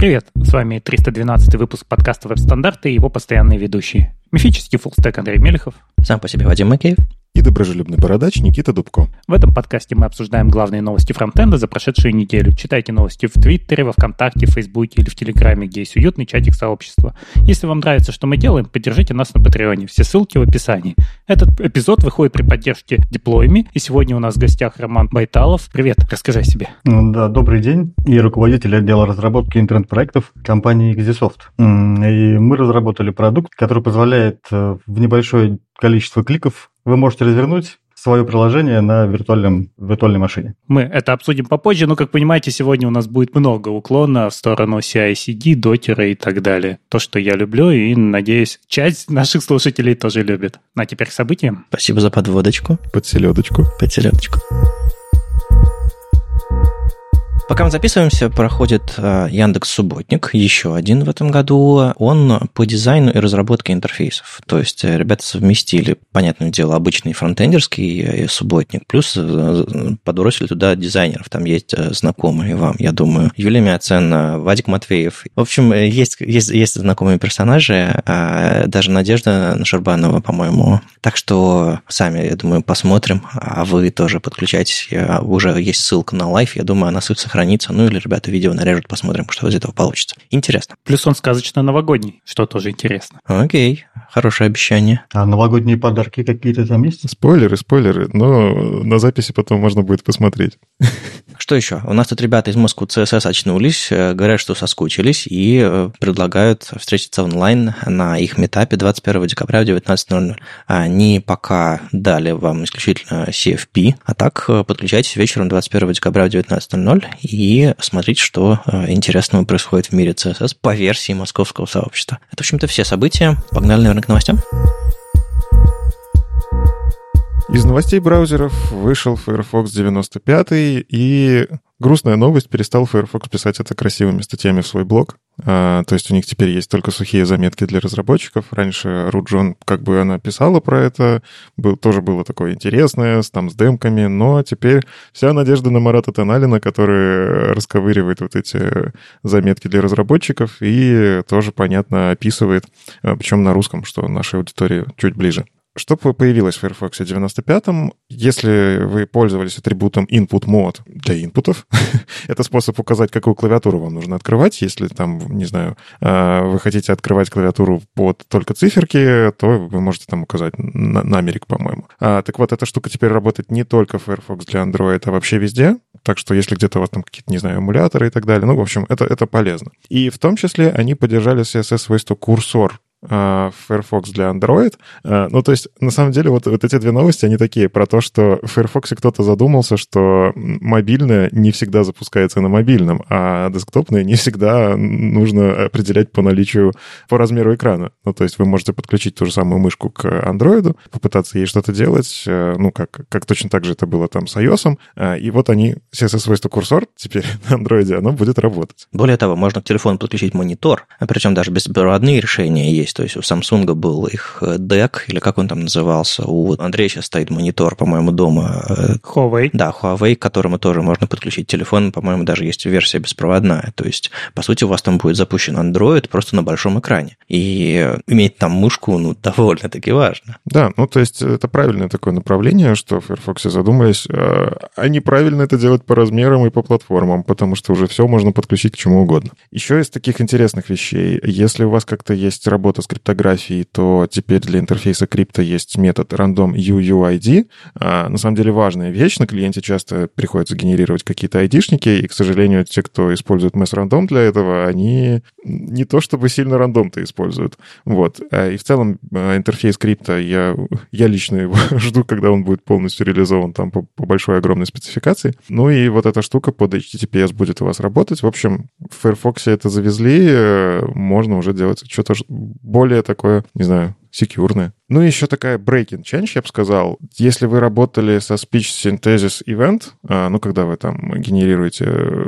Привет, с вами 312 выпуск подкаста «Веб-стандарты» и его постоянные ведущие. Мифический фуллстек Андрей Мелехов. Сам по себе Вадим Макеев. И доброжелюбный бородач Никита Дубко. В этом подкасте мы обсуждаем главные новости фронтенда за прошедшую неделю. Читайте новости в Твиттере, во Вконтакте, в Фейсбуке или в Телеграме, где есть уютный чатик сообщества. Если вам нравится, что мы делаем, поддержите нас на Патреоне. Все ссылки в описании. Этот эпизод выходит при поддержке Deploy.me, и сегодня у нас в гостях Роман Байталов. Привет, расскажи о себе. Да, добрый день. Я руководитель отдела разработки интернет-проектов компании Exisoft. И мы разработали продукт, который позволяет в небольшое количество кликов вы можете развернуть свое приложение на виртуальной машине. Мы это обсудим попозже, но, как понимаете, сегодня у нас будет много уклона в сторону CI/CD, докера и так далее. То, что я люблю, и, надеюсь, часть наших слушателей тоже любит. А теперь к событиям. Спасибо за подводочку. Под селедочку. Пока мы записываемся, проходит Яндекс.Субботник, еще один в этом году. Он по дизайну и разработке интерфейсов. То есть ребята совместили, понятное дело, обычный фронтендерский субботник, плюс подбросили туда дизайнеров. Там есть знакомые вам, я думаю, Юлия Мяцен, Вадик Матвеев. В общем, есть знакомые персонажи, даже Надежда Нашурбанова, по-моему. Так что сами, я думаю, посмотрим, а вы тоже подключайтесь. Уже есть ссылка на лайв, я думаю, она сохранится. Ну или ребята видео нарежут, посмотрим, что из этого получится. Интересно. Плюс он сказочно-новогодний, что тоже интересно. Окей, хорошее обещание. А новогодние подарки какие-то там есть? Спойлеры, но на записи потом можно будет посмотреть. Что еще? У нас тут ребята из Moscow CSS очнулись, говорят, что соскучились и предлагают встретиться онлайн на их митапе 21 декабря в 19:00. Они пока дали вам исключительно CFP, а так подключайтесь вечером 21 декабря в 19:00 и смотрите, что интересного происходит в мире CSS по версии московского сообщества. Это, в общем-то, все события. Погнали, наверное, к новостям. Из новостей браузеров вышел Firefox 95, и грустная новость, перестал Firefox писать это красивыми статьями в свой блог. То есть у них теперь есть только сухие заметки для разработчиков. Раньше Руджон, она писала про это, тоже было такое интересное, с демками, но теперь вся надежда на Марата Таналина, который расковыривает вот эти заметки для разработчиков и тоже, понятно, описывает, причем на русском, что нашей аудитории чуть ближе. Что появилось в Firefox 95, если вы пользовались атрибутом input mode для инпутов, это способ указать, какую клавиатуру вам нужно открывать. Если вы хотите открывать клавиатуру под только циферки, то вы можете указать намерик, по-моему. Так вот, эта штука теперь работает не только в Firefox для Android, а вообще везде. Так что если где-то у вас какие-то, эмуляторы и так далее, в общем, это полезно. И в том числе они поддержали CSS-свойство курсор в Firefox для Android. То есть, на самом деле, вот эти две новости, они такие про то, что в Firefox кто-то задумался, что мобильное не всега запускается на мобильном, а десктопное не всегда нужно определять по размеру экрана. То есть вы можете подключить ту же самую мышку к Android, попытаться ей что-то делать, как точно так же это было с iOS, и вот они, CSS-свойство курсор теперь на Android, оно будет работать. Более того, можно к телефону подключить монитор, причем даже беспроводные решения есть. То есть у Samsung был их DEC, или как он там назывался. У Андрея сейчас стоит монитор, по-моему, дома. Huawei. Да, Huawei, к которому тоже можно подключить телефон. По-моему, даже есть версия беспроводная. То есть, по сути, у вас там будет запущен Android просто на большом экране. И иметь там мышку, довольно-таки важно. Да, то есть это правильное такое направление, что в Firefox задумались, а неправильно это делать по размерам и по платформам, потому что уже все можно подключить к чему угодно. Еще из таких интересных вещей, если у вас как-то есть работа с криптографией, то теперь для интерфейса крипто есть метод random UUID. На самом деле важная вещь. На клиенте часто приходится генерировать какие-то айдишники, и, к сожалению, те, кто использует mass-random для этого, они не то чтобы сильно рандом-то используют. Вот. И в целом интерфейс крипто, я лично его жду, когда он будет полностью реализован по большой огромной спецификации. И вот эта штука под HTTPS будет у вас работать. В общем, в Firefox это завезли, можно уже делать что-то более такое, секьюрные. Ну, и еще такая breaking change, я бы сказал. Если вы работали со Speech Synthesis Event, ну, когда вы там генерируете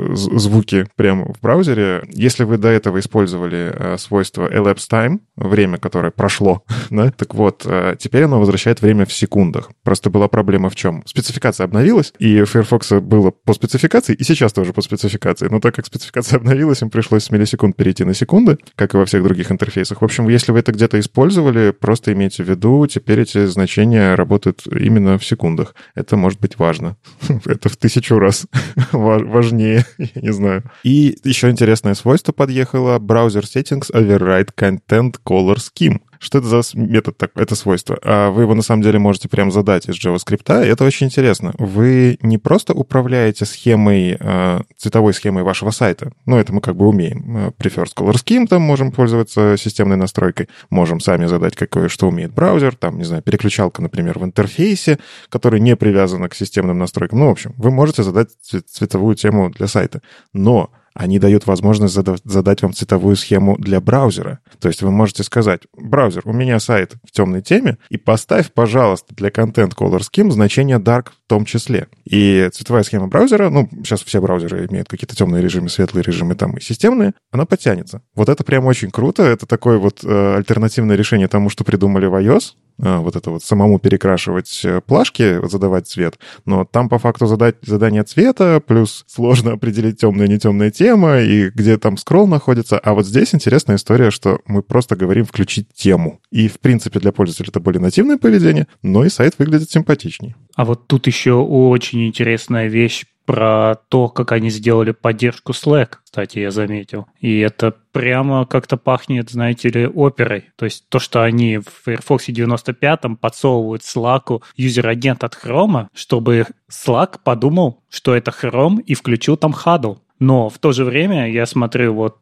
звуки прямо в браузере, если вы до этого использовали свойство elapsed time, время, которое прошло, да, так вот, теперь оно возвращает время в секундах. Просто была проблема в чем? Спецификация обновилась, и у Firefox было по спецификации, и сейчас тоже по спецификации. Но так как спецификация обновилась, им пришлось с миллисекунд перейти на секунды, как и во всех других интерфейсах. В общем, если вы это где-то использовали, просто имейте в виду, теперь эти значения работают именно в секундах. Это может быть важно. Это в 1000 раз важнее, я не знаю. И еще интересное свойство подъехало. Browser Settings Override Content Color Scheme. Что это за метод такой, это свойство? Вы его на самом деле можете прям задать из JavaScript, и это очень интересно. Вы не просто управляете схемой, цветовой схемой вашего сайта, ну, это мы как бы умеем. Prefers Color Scheme, там можем пользоваться системной настройкой, можем сами задать какое, что умеет браузер, там, не знаю, переключалка, например, в интерфейсе, которая не привязана к системным настройкам. Ну, в общем, вы можете задать цветовую тему для сайта, но они дают возможность задать вам цветовую схему для браузера. То есть вы можете сказать: браузер, у меня сайт в темной теме, и поставь, пожалуйста, для Content Color Scheme значение dark в том числе. И цветовая схема браузера, ну, сейчас все браузеры имеют какие-то темные режимы, светлые режимы там и системные, она подтянется. Вот это прям очень круто. Это такое вот альтернативное решение тому, что придумали в iOS. Вот это вот самому перекрашивать плашки, задавать цвет. Но там по факту задание цвета, плюс сложно определить темная, не темная тема, и где там скролл находится. А вот здесь интересная история, что мы просто говорим «включить тему». И, в принципе, для пользователя это более нативное поведение, но и сайт выглядит симпатичней. А вот тут еще очень интересная вещь про то, как они сделали поддержку Slack, кстати, я заметил. И это прямо как-то пахнет, знаете ли, оперой. То есть то, что они в Firefox 95-м подсовывают Slack'у юзер-агент от Chrome, чтобы Slack подумал, что это Chrome, и включил там Huddle. Но в то же время я смотрю вот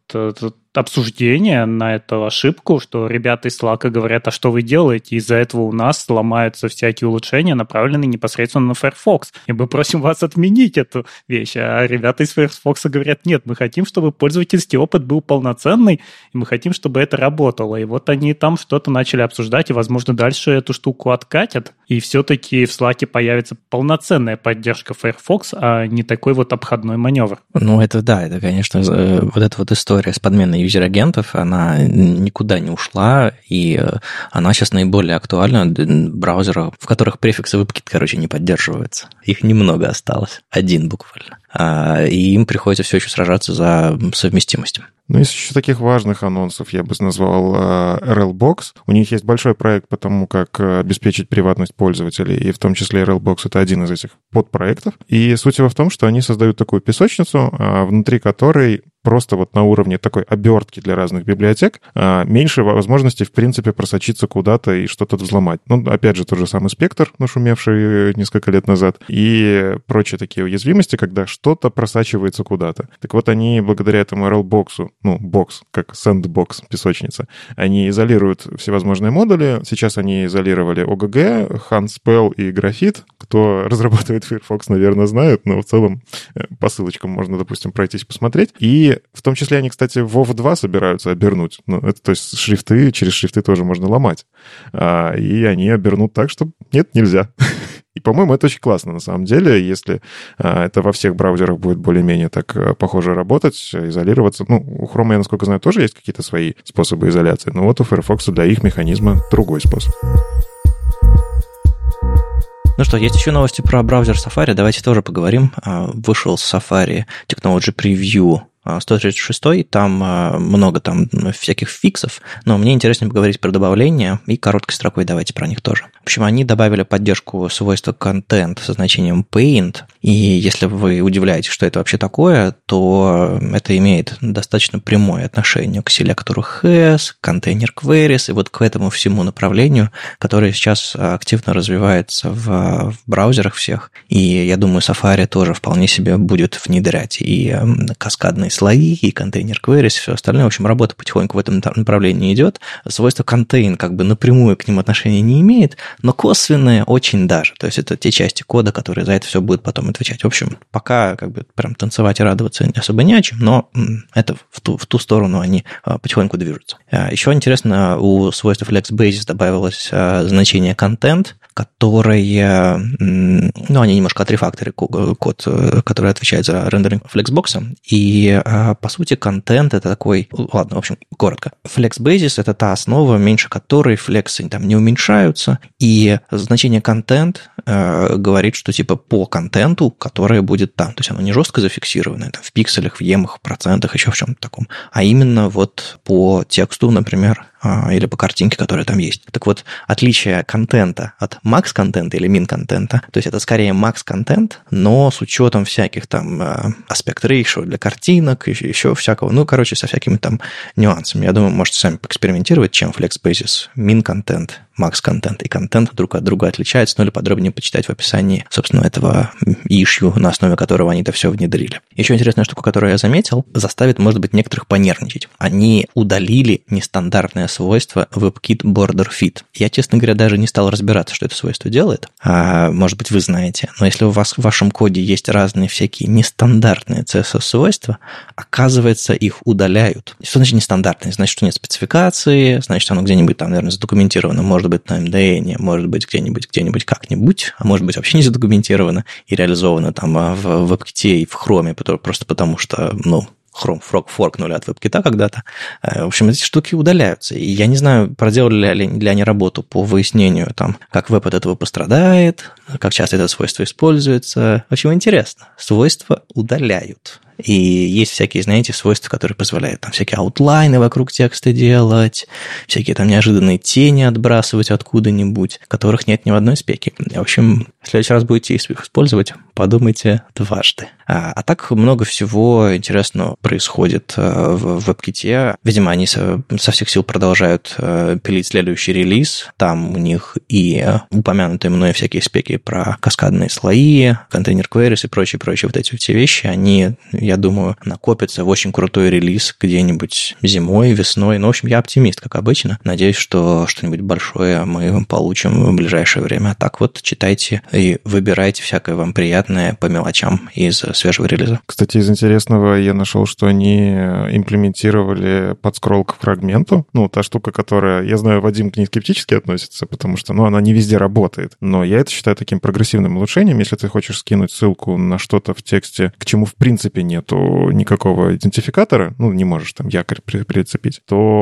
обсуждение на эту ошибку, что ребята из Slack говорят: а что вы делаете? Из-за этого у нас ломаются всякие улучшения, направленные непосредственно на Firefox. И мы просим вас отменить эту вещь. А ребята из Firefox говорят: нет, мы хотим, чтобы пользовательский опыт был полноценный, и мы хотим, чтобы это работало. И вот они там что-то начали обсуждать, и, возможно, дальше эту штуку откатят, и все-таки в Slack появится полноценная поддержка Firefox, а не такой вот обходной маневр. Ну, это да, это, конечно, вот эта вот история с подменой юзер-агентов, она никуда не ушла, и она сейчас наиболее актуальна в браузерах, в которых префиксы WebKit, короче, не поддерживаются. Их немного осталось, один буквально. И им приходится все еще сражаться за совместимость. Ну, из еще таких важных анонсов я бы назвал RLBox. У них есть большой проект по тому, как обеспечить приватность пользователей, и в том числе RLBox — это один из этих подпроектов. И суть его в том, что они создают такую песочницу, внутри которой просто вот на уровне такой обертки для разных библиотек меньше возможностей, в принципе, просочиться куда-то и что-то взломать. Ну, опять же, тот же самый спектр, нашумевший несколько лет назад, и прочие такие уязвимости, когда что-то просачивается куда-то. Так вот, они благодаря этому RLBox, ну, бокс, как sandbox, песочница, они изолируют всевозможные модули. Сейчас они изолировали OGG, Handspell и Graphite. Кто разрабатывает Firefox, наверное, знает, но в целом по ссылочкам можно, допустим, пройтись посмотреть. И в том числе они, кстати, WoW 2 собираются обернуть. Ну, это, то есть шрифты, через шрифты тоже можно ломать. И они обернут так, что нет, нельзя. И, по-моему, это очень классно, на самом деле, если это во всех браузерах будет более-менее так похоже работать, изолироваться. Ну, у Chrome, я, насколько знаю, тоже есть какие-то свои способы изоляции, но вот у Firefox для их механизма другой способ. Ну что, есть еще новости про браузер Safari, давайте тоже поговорим. Вышел Safari Technology Preview 136, там много там всяких фиксов, но мне интереснее поговорить про добавления, и короткой строкой давайте про них тоже. В общем, они добавили поддержку свойства content со значением paint, и если вы удивляетесь, что это вообще такое, то это имеет достаточно прямое отношение к селектору has, container queries, и вот к этому всему направлению, которое сейчас активно развивается в браузерах всех, и я думаю, Safari тоже вполне себе будет внедрять и каскадные слои, и контейнер queries, и все остальное. В общем, работа потихоньку в этом направлении идет. Свойство contain как бы напрямую к ним отношения не имеет, но косвенное очень даже. То есть это те части кода, которые за это все будут потом отвечать. В общем, пока как бы прям танцевать и радоваться особо не о чем, но это в ту сторону они потихоньку движутся. Еще интересно, у свойства FlexBasis добавилось значение content, которое, ну, они немножко отрефакторили код, который отвечает за рендеринг Flexbox, и, по сути, контент это такой, ладно, в общем, коротко. FlexBasis это та основа, меньше которой флексы там не уменьшаются, и значение контент говорит, что типа по контенту, которое будет там, то есть оно не жестко зафиксированное, там, в пикселях, в емах, в процентах, еще в чем-то таком, а именно вот по тексту, например, или по картинке, которая там есть. Так вот, отличие контента от макс-контента или мин-контента, то есть это скорее макс-контент, но с учетом всяких там аспект-рейшио для картинок, еще всякого, ну, короче, со всякими там нюансами. Я думаю, можете сами поэкспериментировать, чем FlexBasis, мин-контент, макс-контент и контент друг от друга отличаются, ну или подробнее почитать в описании, собственно, этого issue, на основе которого они это все внедрили. Еще интересная штука, которую я заметил, заставит, может быть, некоторых понервничать. Они удалили нестандартное свойство WebKit Border Fit. Я, честно говоря, даже не стал разбираться, что это свойство делает. Может быть, вы знаете. Но если у вас в вашем коде есть разные всякие нестандартные CSS-свойства, оказывается, их удаляют. Что значит нестандартные? Значит, что нет спецификации, значит, оно где-нибудь там, наверное, задокументировано, может быть, на MDN, может быть, где-нибудь как-нибудь, а может быть, вообще не задокументировано и реализовано там в WebKit и в Chrome, просто потому что, ну, Chrome форкнули от WebKit когда-то. В общем, эти штуки удаляются. И я не знаю, проделали ли они работу по выяснению, там, как веб от этого пострадает, как часто это свойство используется. В общем, интересно. Свойства удаляют. И есть всякие, знаете, свойства, которые позволяют там всякие аутлайны вокруг текста делать, всякие там неожиданные тени отбрасывать откуда-нибудь, которых нет ни в одной спеке. В общем, в следующий раз будете их использовать, подумайте дважды. А так много всего интересного происходит в WebKit. Видимо, они со всех сил продолжают пилить следующий релиз. Там у них и упомянутые мной всякие спеки про каскадные слои, контейнер queries и прочие вот эти все вещи, они, я думаю, накопятся в очень крутой релиз где-нибудь зимой, весной. Ну, в общем, я оптимист, как обычно. Надеюсь, что что-нибудь большое мы получим в ближайшее время. А так вот, читайте и выбирайте всякое вам приятное по мелочам из свежего релиза. Кстати, из интересного я нашел, что они имплементировали подскролл к фрагменту. Ну, та штука, которая, я знаю, Вадим к ней скептически относится, потому что, ну, она не везде работает. Но я это считаю таким прогрессивным улучшением. Если ты хочешь скинуть ссылку на что-то в тексте, к чему, в принципе, нету никакого идентификатора, ну, не можешь там якорь прицепить,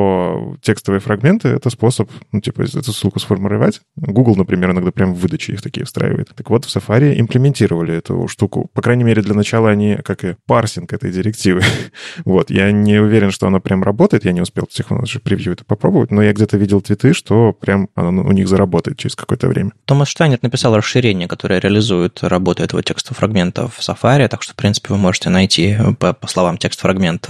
то текстовые фрагменты — это способ, ну, типа, эту ссылку сформировать. Google, например, иногда прям в выдаче их такие встраивает. Так вот, в Safari имплементировали эту штуку. По крайней мере, для начала они, как и парсинг этой директивы. Вот, я не уверен, что она прям работает, я не успел даже превью это попробовать, но я где-то видел твиты, что прям она у них заработает через какое-то время. Томас Штайнер написал расширение, которое реализует работу этого текста фрагмента в Safari, так что, в принципе, вы можете найти, по словам, текст-фрагмент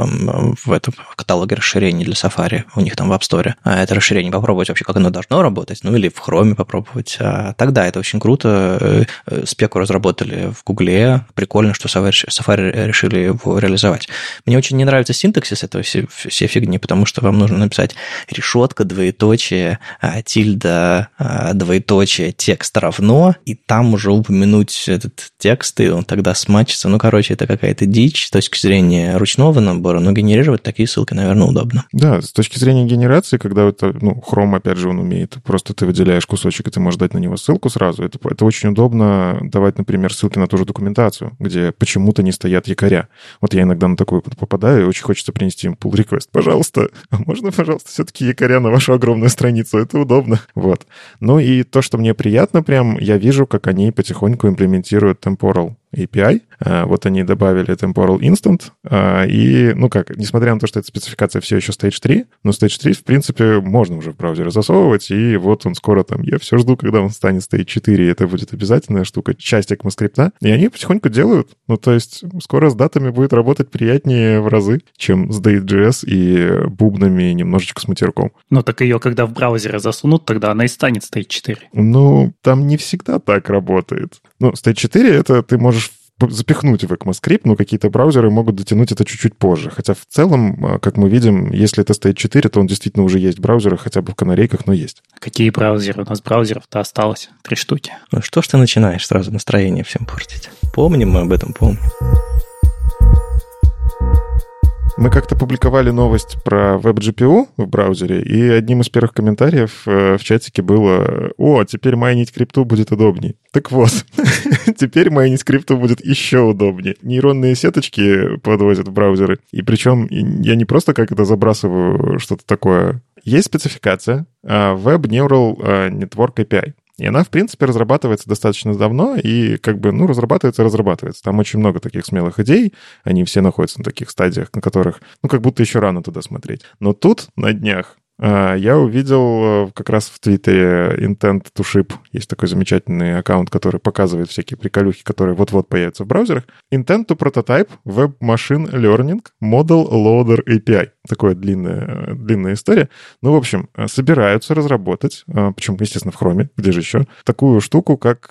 в этом каталоге расширений для Safari, у них там в App Store. Это расширение попробовать вообще, как оно должно работать, ну или в Chrome попробовать. Тогда это очень круто. Спеку разработали в Гугле. Прикольно, что Safari решили его реализовать. Мне очень не нравится синтаксис этого всей фигни, потому что вам нужно написать решетка, двоеточие, тильда, двоеточие, текст равно, и там уже упомянуть этот текст, и он тогда смачится. Ну, короче, это какая-то дичь с точки зрения ручного набора, но генерировать такие ссылки, наверное, удобно. Да, с точки зрения генерации, когда это, ну, Chrome, опять же, он умеет, просто ты выделяешь кусочек, и ты можешь дать на него ссылку сразу. Это очень удобно давать, например, ссылки на ту же документацию, где почему-то не стоят якоря. Вот я иногда на такую попадаю, и очень хочется принести им pull request. Пожалуйста, а можно, пожалуйста, все-таки якоря на вашу огромную страницу? Это удобно. Вот. Ну и то, что мне приятно прям, я вижу, как они потихоньку имплементируют temporal API. Вот они добавили Temporal Instant. И, ну как, несмотря на то, что эта спецификация все еще Stage 3, но Stage 3, в принципе, можно уже в браузере засовывать, и вот он скоро там, я все жду, когда он станет Stage 4, и это будет обязательная штука, часть ECMAScript. И они потихоньку делают. Ну, то есть скоро с датами будет работать приятнее в разы, чем с Date.js и бубнами немножечко с матерком. Ну, так ее, когда в браузере засунут, тогда она и станет Stage 4. Ну, там не всегда так работает. Ну, Stage 4 — это ты можешь запихнуть в ECMAScript, но какие-то браузеры могут дотянуть это чуть-чуть позже. Хотя в целом, как мы видим, если это стоит 4, то он действительно уже есть в браузерах, хотя бы в канарейках, но есть. Какие браузеры? У нас браузеров-то осталось 3 штуки. Ну что ж ты начинаешь сразу настроение всем портить? Помним мы об этом, помним. Мы как-то публиковали новость про WebGPU в браузере, и одним из первых комментариев в чатике было: «О, теперь майнить крипту будет удобней». Так вот, теперь майнить крипту будет еще удобнее. Нейронные сеточки подвозят в браузеры, и причем я не просто как это забрасываю что-то такое. Есть спецификация Web Neural Network API. И она, в принципе, разрабатывается достаточно давно, и разрабатывается. Там очень много таких смелых идей, они все находятся на таких стадиях, на которых, как будто еще рано туда смотреть. Но тут, на днях, я увидел как раз в Твиттере Intent to Ship. Есть такой замечательный аккаунт, который показывает всякие приколюхи, которые вот-вот появятся в браузерах. Intent to Prototype Web Machine Learning Model Loader API. Такая длинная история. В общем, собираются разработать, причем, естественно, в Chrome, где же еще, такую штуку, как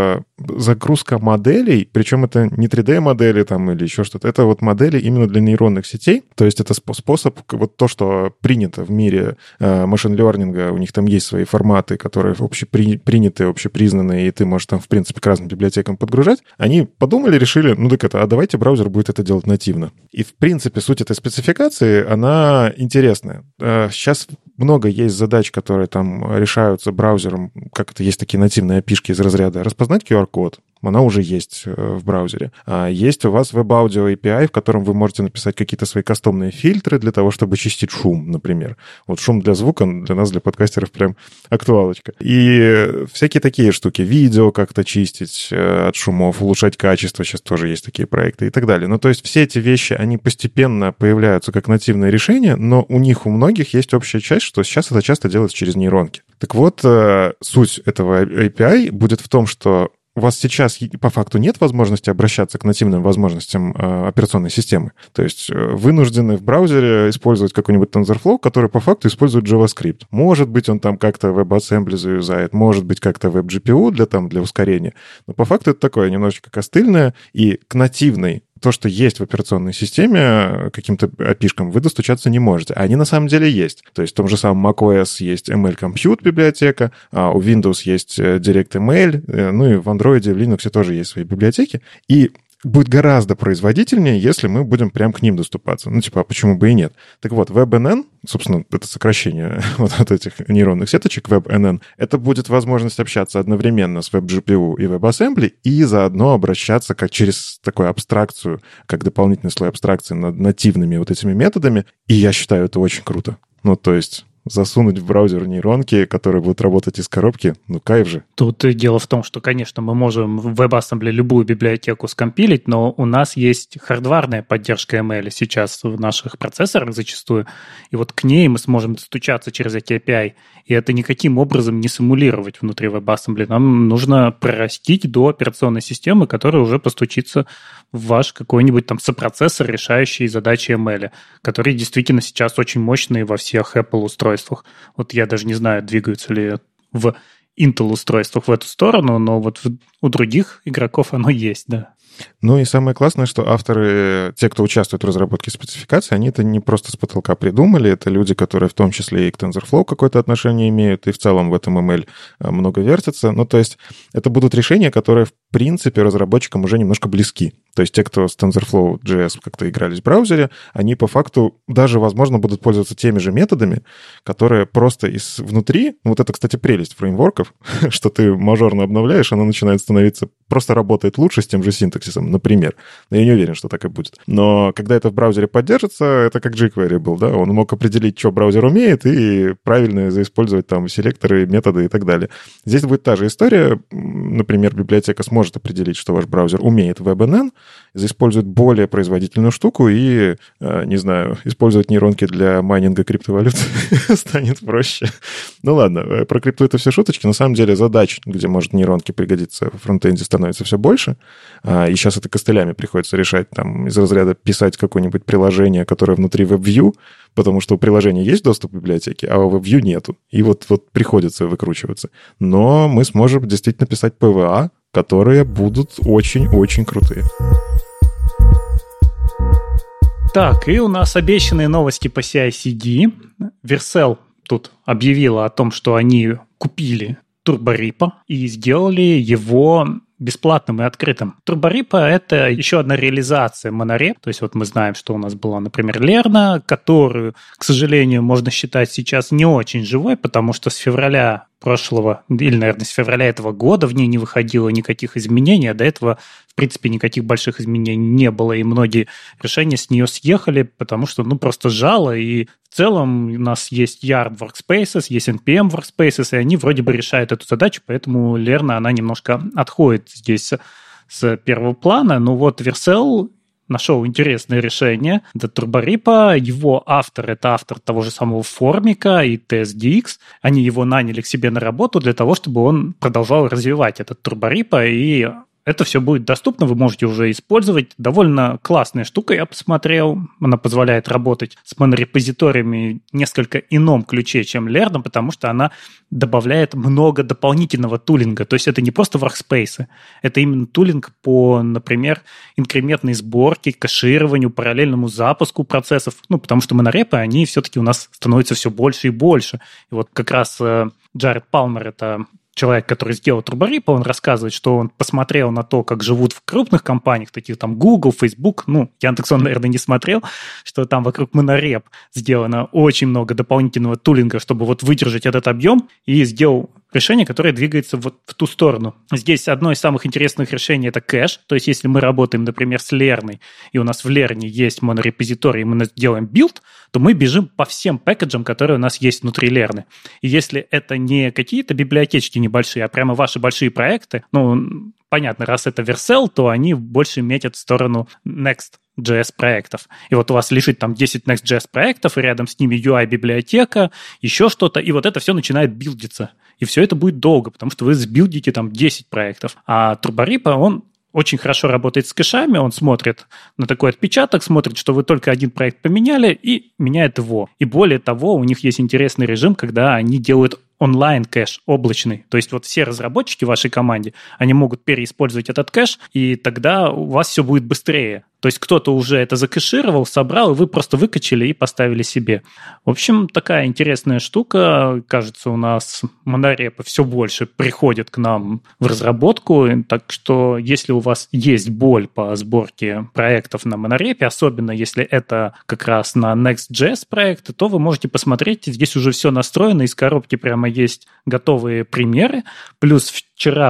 загрузка моделей, причем это не 3D-модели там или еще что-то, это вот модели именно для нейронных сетей. То есть это способ, вот то, что принято в мире машин-лернинга, у них там есть свои форматы, которые общепринятые, общепризнанные, и ты можешь там, в принципе, к разным библиотекам подгружать. Они подумали, решили, давайте браузер будет это делать нативно. И, в принципе, суть этой спецификации, она интересная. Сейчас много есть задач, которые там решаются браузером, как это есть такие нативные API-шки из разряда распознать QR-код. Она уже есть в браузере. Есть у вас Web Audio API, в котором вы можете написать какие-то свои кастомные фильтры для того, чтобы чистить шум, например. Вот шум для звука для нас, для подкастеров, прям актуалочка. И всякие такие штуки. Видео как-то чистить от шумов, улучшать качество. Сейчас тоже есть такие проекты и так далее. То есть все эти вещи, они постепенно появляются как нативные решения, но у многих есть общая часть, что сейчас это часто делается через нейронки. Так вот, суть этого API будет в том, что у вас сейчас по факту нет возможности обращаться к нативным возможностям операционной системы. То есть вынуждены в браузере использовать какой-нибудь TensorFlow, который по факту использует JavaScript. Может быть, он там как-то WebAssembly заюзает, может быть, как-то WebGPU для ускорения. Но по факту это такое немножечко костыльное, и к нативной то, что есть в операционной системе, каким-то API-шкам вы достучаться не можете. А они на самом деле есть. То есть в том же самом macOS есть ML Compute библиотека, у Windows есть DirectML, и в Android и в Linux тоже есть свои библиотеки. И будет гораздо производительнее, если мы будем прям к ним доступаться. А почему бы и нет? Так вот, WebNN, собственно, это сокращение вот этих нейронных сеточек, WebNN, это будет возможность общаться одновременно с WebGPU и WebAssembly и заодно обращаться как через такую абстракцию, как дополнительный слой абстракции над нативными вот этими методами. И я считаю, это очень круто. То есть засунуть в браузер нейронки, которые будут работать из коробки, кайф же. Тут дело в том, что, конечно, мы можем в WebAssembly любую библиотеку скомпилить, но у нас есть хардварная поддержка ML сейчас в наших процессорах зачастую, и вот к ней мы сможем достучаться через эти API, и это никаким образом не симулировать внутри WebAssembly. Нам нужно прорастить до операционной системы, которая уже постучится в ваш какой-нибудь там сопроцессор, решающий задачи ML, которые действительно сейчас очень мощные во всех Apple устройствах. Вот я даже не знаю, двигаются ли в Intel-устройствах в эту сторону, но вот у других игроков оно есть, да. И самое классное, что авторы, те, кто участвует в разработке спецификации, они это не просто с потолка придумали, это люди, которые в том числе и к TensorFlow какое-то отношение имеют, и в целом в этом ML много вертятся. То есть это будут решения, которые, в принципе, разработчикам уже немножко близки. То есть те, кто с TensorFlow.js как-то игрались в браузере, они по факту даже, возможно, будут пользоваться теми же методами, которые просто внутри... Вот это, кстати, прелесть фреймворков, что ты мажорно обновляешь, она начинает становиться... Просто работает лучше с тем же синтаксисом, например. Я не уверен, что так и будет. Но когда это в браузере поддержится, это как jQuery был, да? Он мог определить, что браузер умеет, и правильно заиспользовать там селекторы, методы и так далее. Здесь будет та же история. Например, библиотека сможет определить, что ваш браузер умеет WebNN, заиспользует более производительную штуку и, не знаю, использовать нейронки для майнинга криптовалют станет проще. Ладно, про крипту это все шуточки. На самом деле задач, где может нейронки пригодиться в фронтенде, становится все больше. И сейчас это костылями приходится решать, там, из разряда писать какое-нибудь приложение, которое внутри WebView, потому что у приложения есть доступ к библиотеке, а у WebView нету. И вот приходится выкручиваться. Но мы сможем действительно писать PWA, которые будут очень-очень крутые. Так, и у нас обещанные новости по CI/CD. Vercel тут объявила о том, что они купили TurboRepo и сделали его бесплатным и открытым. TurboRepo — это еще одна реализация монореп. То есть вот мы знаем, что у нас была, например, Lerna, которую, к сожалению, можно считать сейчас не очень живой, потому что с февраля прошлого, или, наверное, с февраля этого года в ней не выходило никаких изменений, а до этого, в принципе, никаких больших изменений не было, и многие решения с нее съехали, потому что, просто жало, и в целом у нас есть Yard Workspaces, есть NPM Workspaces, и они вроде бы решают эту задачу, поэтому Lerna, она немножко отходит здесь с первого плана, но вот Vercel нашел интересное решение. Это TurboRepo, его автор — это автор того же самого Формика и TSDX. Они его наняли к себе на работу для того, чтобы он продолжал развивать этот TurboRepo, и это все будет доступно, вы можете уже использовать. Довольно классная штука, я посмотрел. Она позволяет работать с монорепозиториями в несколько ином ключе, чем Lerna, потому что она добавляет много дополнительного тулинга. То есть это не просто workspace, это именно тулинг по, например, инкрементной сборке, кэшированию, параллельному запуску процессов. Потому что монорепы, они все-таки у нас становятся все больше и больше. И вот как раз Джаред Палмер — это человек, который сделал TurboRepo, он рассказывает, что он посмотрел на то, как живут в крупных компаниях, таких там Google, Facebook, Яндекс он, наверное, не смотрел, что там вокруг монореп сделано очень много дополнительного тулинга, чтобы вот выдержать этот объем, и сделал решение, которое двигается вот в ту сторону. Здесь одно из самых интересных решений — это кэш. То есть если мы работаем, например, с Lerna, и у нас в Lerna есть монорепозиторий, и мы делаем билд, то мы бежим по всем пэкэджам, которые у нас есть внутри Lerna. И если это не какие-то библиотечки небольшие, а прямо ваши большие проекты, понятно, раз это Vercel, то они больше метят в сторону Next.js проектов. И вот у вас лежит там 10 Next.js проектов, и рядом с ними UI-библиотека, еще что-то, и вот это все начинает билдиться. И все это будет долго, потому что вы сбилдите там 10 проектов. А TurboRepo, он очень хорошо работает с кэшами, он смотрит на такой отпечаток, смотрит, что вы только один проект поменяли, и меняет его. И более того, у них есть интересный режим, когда они делают онлайн-кэш облачный. То есть вот все разработчики в вашей команде, они могут переиспользовать этот кэш, и тогда у вас все будет быстрее. То есть кто-то уже это закэшировал, собрал, и вы просто выкачали и поставили себе. В общем, такая интересная штука. Кажется, у нас монорепы все больше приходят к нам в разработку. Так что если у вас есть боль по сборке проектов на монорепе, особенно если это как раз на Next.js проекты, то вы можете посмотреть, здесь уже все настроено, из коробки прямо есть готовые примеры. Плюс вчера,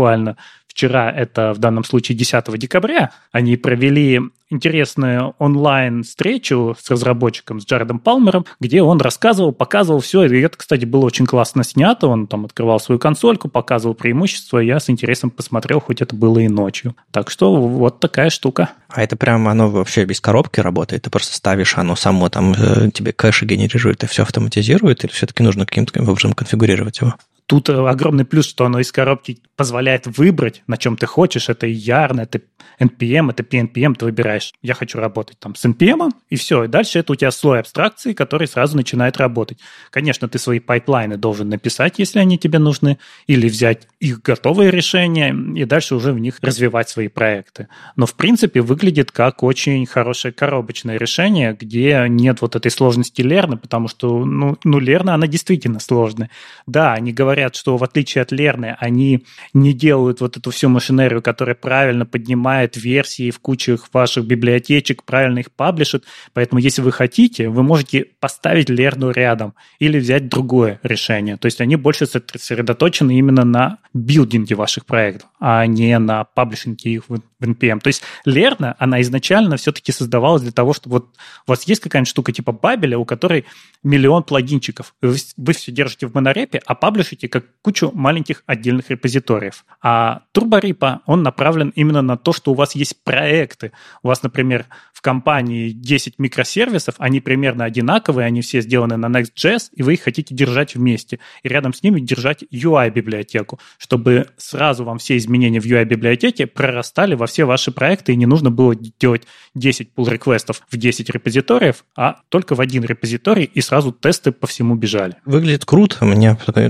это в данном случае 10 декабря, они провели интересную онлайн-встречу с разработчиком, с Джаредом Палмером, где он рассказывал, показывал все. И это, кстати, было очень классно снято. Он там открывал свою консольку, показывал преимущества. Я с интересом посмотрел, хоть это было и ночью. Так что вот такая штука. А это прям оно вообще без коробки работает? Ты просто ставишь, оно само там тебе кэши генерирует и все автоматизирует? Или все-таки нужно каким-то образом конфигурировать его? Тут огромный плюс, что оно из коробки позволяет выбрать, на чем ты хочешь. Это Yarn, это NPM, это PNPM. Ты выбираешь, я хочу работать там с NPM, и все. И дальше это у тебя слой абстракции, который сразу начинает работать. Конечно, ты свои пайплайны должен написать, если они тебе нужны, или взять их готовые решения, и дальше уже в них развивать свои проекты. Но, в принципе, выглядит как очень хорошее коробочное решение, где нет вот этой сложности Lerna, потому что, Lerna, она действительно сложная. Да, они говорят, что в отличие от Lerna, они не делают вот эту всю машинерию, которая правильно поднимает версии в кучах ваших библиотечек, правильно их паблишит. Поэтому, если вы хотите, вы можете поставить Lerna рядом или взять другое решение. То есть они больше сосредоточены именно на билдинге ваших проектов, а не на паблишинге их в NPM. То есть Lerna, она изначально все-таки создавалась для того, чтобы вот у вас есть какая-нибудь штука типа Бабеля, у которой миллион плагинчиков. Вы все держите в монорепе, а паблишите как кучу маленьких отдельных репозиториев. А TurboRepo, он направлен именно на то, что у вас есть проекты. У вас, например, в компании 10 микросервисов, они примерно одинаковые, они все сделаны на Next.js, и вы их хотите держать вместе. И рядом с ними держать UI-библиотеку, чтобы сразу вам все изменения в UI-библиотеке прорастали во все ваши проекты, и не нужно было делать 10 pull-реквестов в 10 репозиториев, а только в один репозиторий, и сразу тесты по всему бежали. Выглядит круто. У меня такое немножко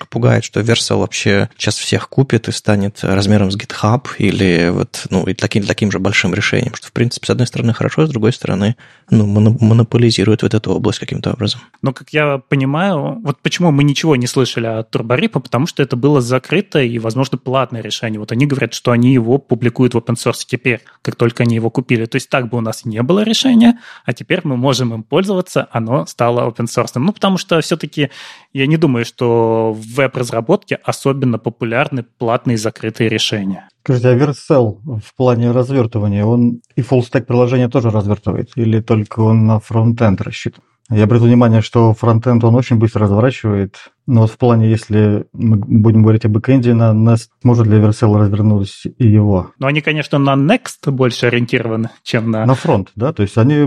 немножко пугает, что Vercel вообще сейчас всех купит и станет размером с GitHub или и таким же большим решением, что, в принципе, с одной стороны хорошо, с другой стороны, монополизирует вот эту область каким-то образом. Но, как я понимаю, вот почему мы ничего не слышали о Turborepo, потому что это было закрытое и, возможно, платное решение. Вот они говорят, что они его публикуют в open source теперь, как только они его купили. То есть так бы у нас не было решения, а теперь мы можем им пользоваться, оно стало open source. Потому что все-таки я не думаю, что в веб-разработке особенно популярны платные закрытые решения. Скажите, а Vercel в плане развертывания, он и full-stack приложение тоже развертывает? Или только он на фронт-энд рассчитан? Я обратил внимание, что фронтенд он очень быстро разворачивает. Но вот в плане, если мы будем говорить о бэкэнде, на Nest может ли Vercel развернуть и его? Но они, конечно, на Next больше ориентированы, чем на... На фронт, да? То есть они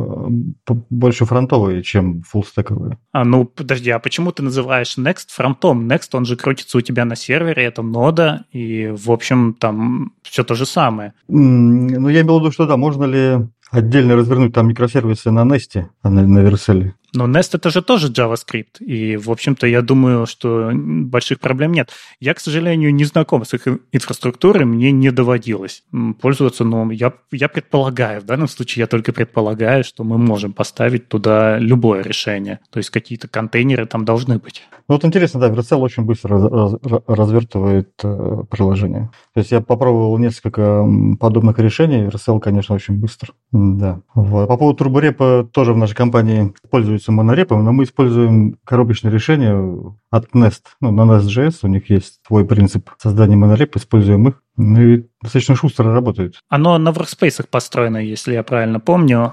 больше фронтовые, чем фуллстековые. Подожди, а почему ты называешь Next фронтом? Next, он же крутится у тебя на сервере, это нода, и, в общем, там все то же самое. Я имел в виду, что да, можно ли отдельно развернуть там микросервисы на Nest, а на Vercel? Но Nest это же тоже JavaScript, и, в общем-то, я думаю, что больших проблем нет. Я, к сожалению, не знаком с их инфраструктурой, мне не доводилось пользоваться, но я предполагаю, в данном случае я только предполагаю, что мы можем поставить туда любое решение, то есть какие-то контейнеры там должны быть. Вот интересно, да, Vercel очень быстро развертывает приложение. То есть я попробовал несколько подобных решений, Vercel, конечно, очень быстро. Да. Вот. По поводу Turborepo тоже в нашей компании пользуются монорепом, но мы используем коробочное решение от Nest. На Nest.js у них есть свой принцип создания монореп, используем их. И достаточно шустро работает. Оно на workspace построено, если я правильно помню.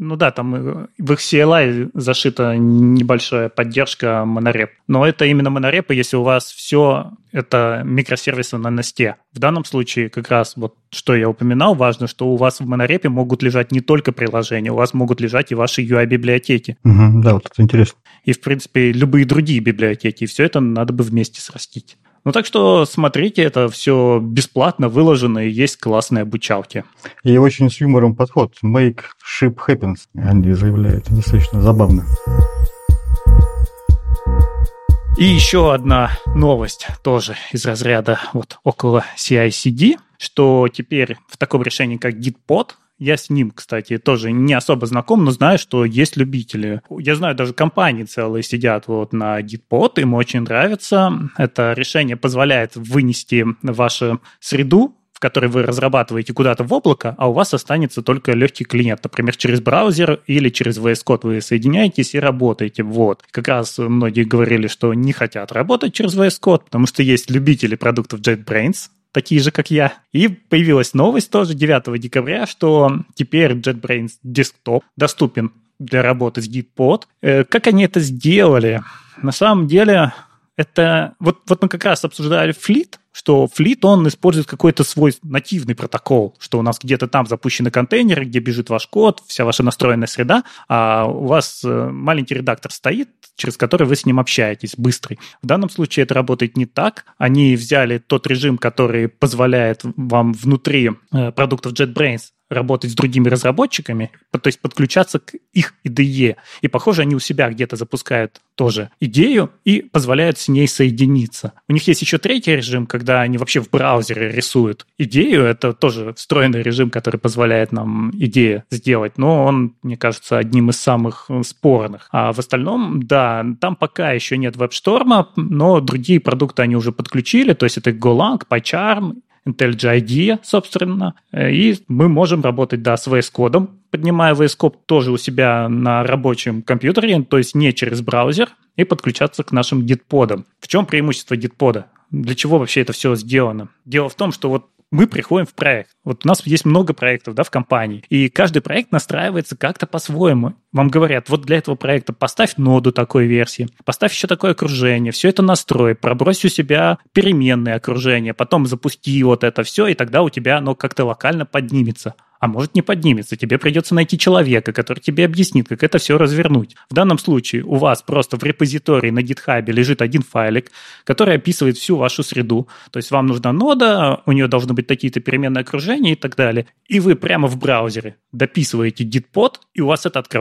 Там в их CLI зашита небольшая поддержка монореп. Но это именно монорепы, если у вас все это микросервисы на Nest. В данном случае как раз вот что я упоминал, важно, что у вас в монорепе могут лежать не только приложения, у вас могут лежать и ваши UI-библиотеки. Да, вот это интересно. И, в принципе, любые другие библиотеки. И все это надо бы вместе срастить. Так что смотрите, это все бесплатно выложено, и есть классные обучалки. И очень с юмором подход. Make ship happens, они заявляют. Достаточно забавно. И еще одна новость тоже из разряда около CI/CD, что теперь в таком решении, как Gitpod, я с ним, кстати, тоже не особо знаком, но знаю, что есть любители. Я знаю, даже компании целые сидят на Gitpod, им очень нравится. Это решение позволяет вынести вашу среду, в которой вы разрабатываете, куда-то в облако, а у вас останется только легкий клиент. Например, через браузер или через VS Code вы соединяетесь и работаете. Как раз многие говорили, что не хотят работать через VS Code, потому что есть любители продуктов JetBrains, такие же, как я. И появилась новость тоже 9 декабря, что теперь JetBrains Desktop доступен для работы с Gitpod. Как они это сделали? На самом деле, это... Вот мы как раз обсуждали Fleet, что Fleet, он использует какой-то свой нативный протокол, что у нас где-то там запущены контейнеры, где бежит ваш код, вся ваша настроенная среда, а у вас маленький редактор стоит, через который вы с ним общаетесь, быстрый. В данном случае это работает не так. Они взяли тот режим, который позволяет вам внутри продуктов JetBrains работать с другими разработчиками, то есть подключаться к их IDE. И, похоже, они у себя где-то запускают тоже идею и позволяют с ней соединиться. У них есть еще третий режим, когда они вообще в браузере рисуют идею. Это тоже встроенный режим, который позволяет нам идею сделать, но он, мне кажется, одним из самых спорных. А в остальном, да, там пока еще нет WebStorm, но другие продукты они уже подключили, то есть это Golang, PyCharm, IntelliJ IDEA, собственно, и мы можем работать, да, с VS Code, поднимая VS Code тоже у себя на рабочем компьютере, то есть не через браузер, и подключаться к нашим Gitpod'ам. В чем преимущество Gitpod'а? Для чего вообще это все сделано? Дело в том, что мы приходим в проект. У нас есть много проектов, да, в компании, и каждый проект настраивается как-то по-своему. Вам говорят, для этого проекта поставь ноду такой версии, поставь еще такое окружение, все это настрой, пробрось у себя переменные окружения, потом запусти это все, и тогда у тебя оно как-то локально поднимется. А может не поднимется, тебе придется найти человека, который тебе объяснит, как это все развернуть. В данном случае у вас просто в репозитории на GitHub лежит один файлик, который описывает всю вашу среду. То есть вам нужна нода, у нее должны быть такие-то переменные окружения и так далее. И вы прямо в браузере дописываете Gitpod, и у вас это открывается.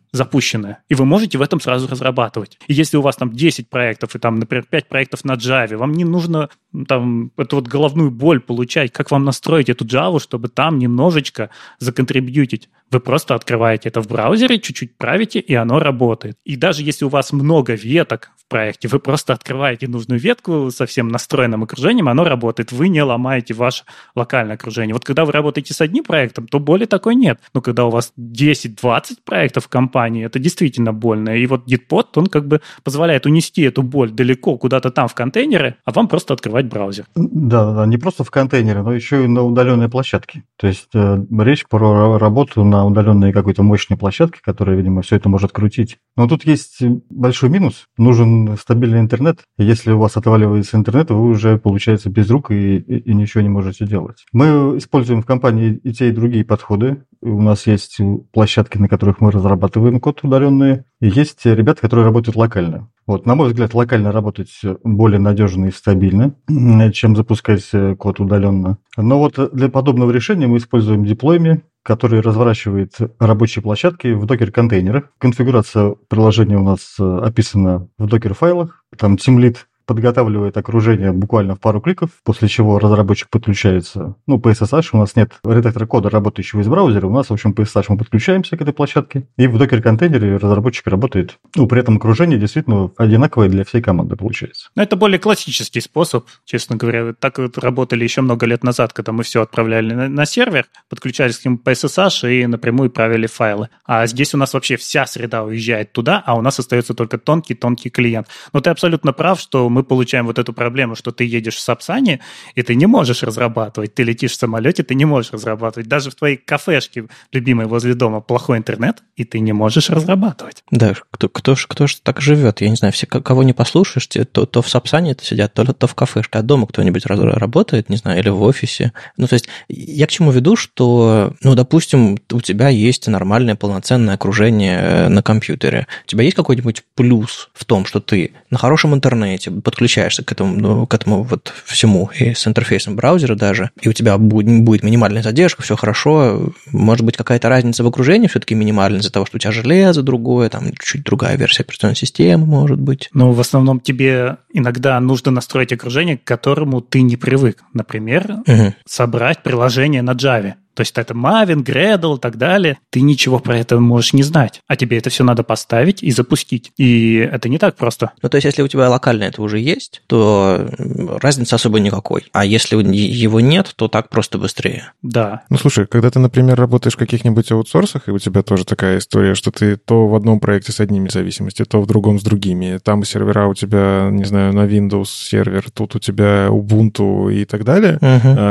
запущенное, и вы можете в этом сразу разрабатывать. И если у вас там 10 проектов, и там, например, 5 проектов на Java, вам не нужно там эту вот головную боль получать, как вам настроить эту Java, чтобы там немножечко законтрибьютить. Вы просто открываете это в браузере, чуть-чуть правите, и оно работает. И даже если у вас много веток в проекте, вы просто открываете нужную ветку со всем настроенным окружением, оно работает. Вы не ломаете ваше локальное окружение. Вот когда вы работаете с одним проектом, то боли такой нет. Но когда у вас 10-20 проектов в компании, это действительно больно. И вот Gitpod, он как бы позволяет унести эту боль далеко, куда-то там в контейнеры, а вам просто открывать браузер. Да, не просто в контейнеры, но еще и на удаленной площадке. То есть речь про работу на удаленной какой-то мощной площадке, которая, видимо, все это может крутить. Но тут есть большой минус. Нужен стабильный интернет. Если у вас отваливается интернет, вы уже, получается, без рук и ничего не можете делать. Мы используем в компании и те, и другие подходы. У нас есть площадки, на которых мы разрабатываем код удаленные, и есть ребята, которые работают локально. Вот, на мой взгляд, локально работать более надежно и стабильно, чем запускать код удаленно. Но вот для подобного решения мы используем Deploy.me, который разворачивает рабочие площадки в докер-контейнерах. Конфигурация приложения у нас описана в докер-файлах. Там тимлид подготавливает окружение буквально в пару кликов, после чего разработчик подключается. По SSH у нас нет редактора кода, работающего из браузера. У нас, в общем, по SSH мы подключаемся к этой площадке. И в докер-контейнере разработчик работает. При этом окружение действительно одинаковое для всей команды получается. Но это более классический способ, честно говоря. Так вот работали еще много лет назад, когда мы все отправляли на сервер, подключались к нему по SSH и напрямую правили файлы. А здесь у нас вообще вся среда уезжает туда, а у нас остается только тонкий клиент. Но ты абсолютно прав, что мы получаем вот эту проблему, что ты едешь в Сапсане, и ты не можешь разрабатывать. Ты летишь в самолете, ты не можешь разрабатывать. Даже в твоей кафешке, любимой возле дома, плохой интернет, и ты не можешь разрабатывать. Да, кто ж так живет? Я не знаю, все, кого не послушаешь, то в Сапсане сидят, то в кафешке, а дома кто-нибудь работает, не знаю, или в офисе. То есть я к чему веду, что, допустим, у тебя есть нормальное полноценное окружение на компьютере. У тебя есть какой-нибудь плюс в том, что ты на хорошем интернете подключаешься к этому вот всему, и с интерфейсом браузера даже, и у тебя будет минимальная задержка, все хорошо, может быть, какая-то разница в окружении все-таки минимальная из-за того, что у тебя железо другое, там чуть другая версия операционной системы, может быть. Но в основном тебе иногда нужно настроить окружение, к которому ты не привык. Например, собрать приложение на Java. То есть это Maven, Gradle и так далее. Ты ничего про это можешь не знать. А тебе это все надо поставить и запустить. И это не так просто. То есть если у тебя локально это уже есть, то разницы особо никакой. А если его нет, то так просто быстрее. Да. Слушай, когда ты, например, работаешь в каких-нибудь аутсорсах, и у тебя тоже такая история, что ты то в одном проекте с одними зависимостями, то в другом с другими. Там сервера у тебя, не знаю, на Windows сервер, тут у тебя Ubuntu и так далее.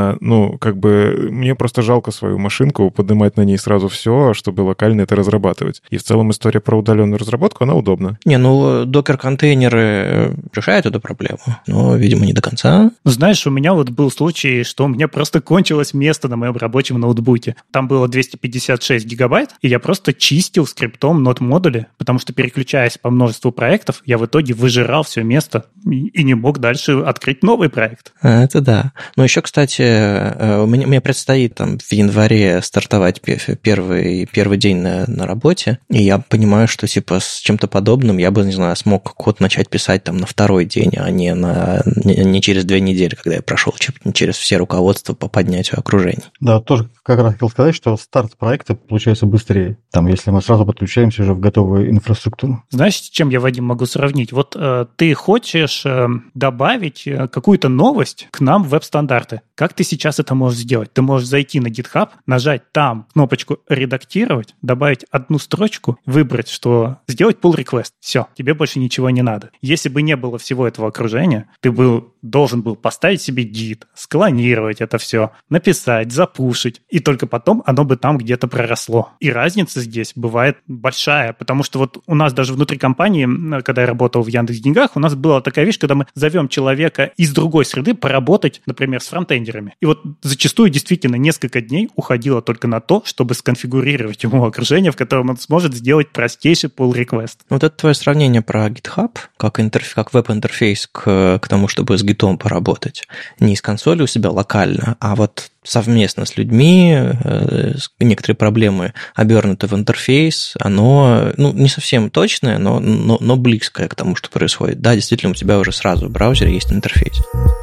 Мне просто жалко свою машинку, поднимать на ней сразу все, чтобы локально это разрабатывать. И в целом история про удаленную разработку, она удобна. Докер-контейнеры решают эту проблему, но, видимо, не до конца. Знаешь, у меня вот был случай, что у меня просто кончилось место на моем рабочем ноутбуке. Там было 256 гигабайт, и я просто чистил скриптом нод-модули, потому что, переключаясь по множеству проектов, я в итоге выжирал все место и не мог дальше открыть новый проект. Это да. Но еще, кстати, мне предстоит там в январе стартовать первый день на работе, и я понимаю, что типа с чем-то подобным я бы, не знаю, смог код начать писать там на второй день, а не через 2 недели, когда я прошел через все руководства по поднятию окружений. Да, тоже как раз хотел сказать, что старт проекта получается быстрее, если мы сразу подключаемся уже в готовую инфраструктуру. Знаешь, с чем я, Вадим, могу сравнить? Вот ты хочешь добавить какую-то новость к нам в веб-стандарты. Как ты сейчас это можешь сделать? Ты можешь зайти на GitHub, нажать там кнопочку «Редактировать», добавить одну строчку, выбрать, что сделать pull request. Все, тебе больше ничего не надо. Если бы не было всего этого окружения, ты должен был поставить себе гид, склонировать это все, написать, запушить, и только потом оно бы там где-то проросло. И разница здесь бывает большая, потому что вот у нас даже внутри компании, когда я работал в Яндекс.Деньгах, у нас была такая вещь, когда мы зовем человека из другой среды поработать, например, с фронтендерами. И вот зачастую действительно несколько дней дней уходило только на то, чтобы сконфигурировать ему окружение, в котором он сможет сделать простейший pull request. Вот это твое сравнение про GitHub, как веб-интерфейс к тому, чтобы с гитом поработать. Не из консоли у себя локально, а вот совместно с людьми, некоторые проблемы обернуты в интерфейс, оно не совсем точное, но близкое к тому, что происходит. Да, действительно, у тебя уже сразу в браузере есть интерфейс.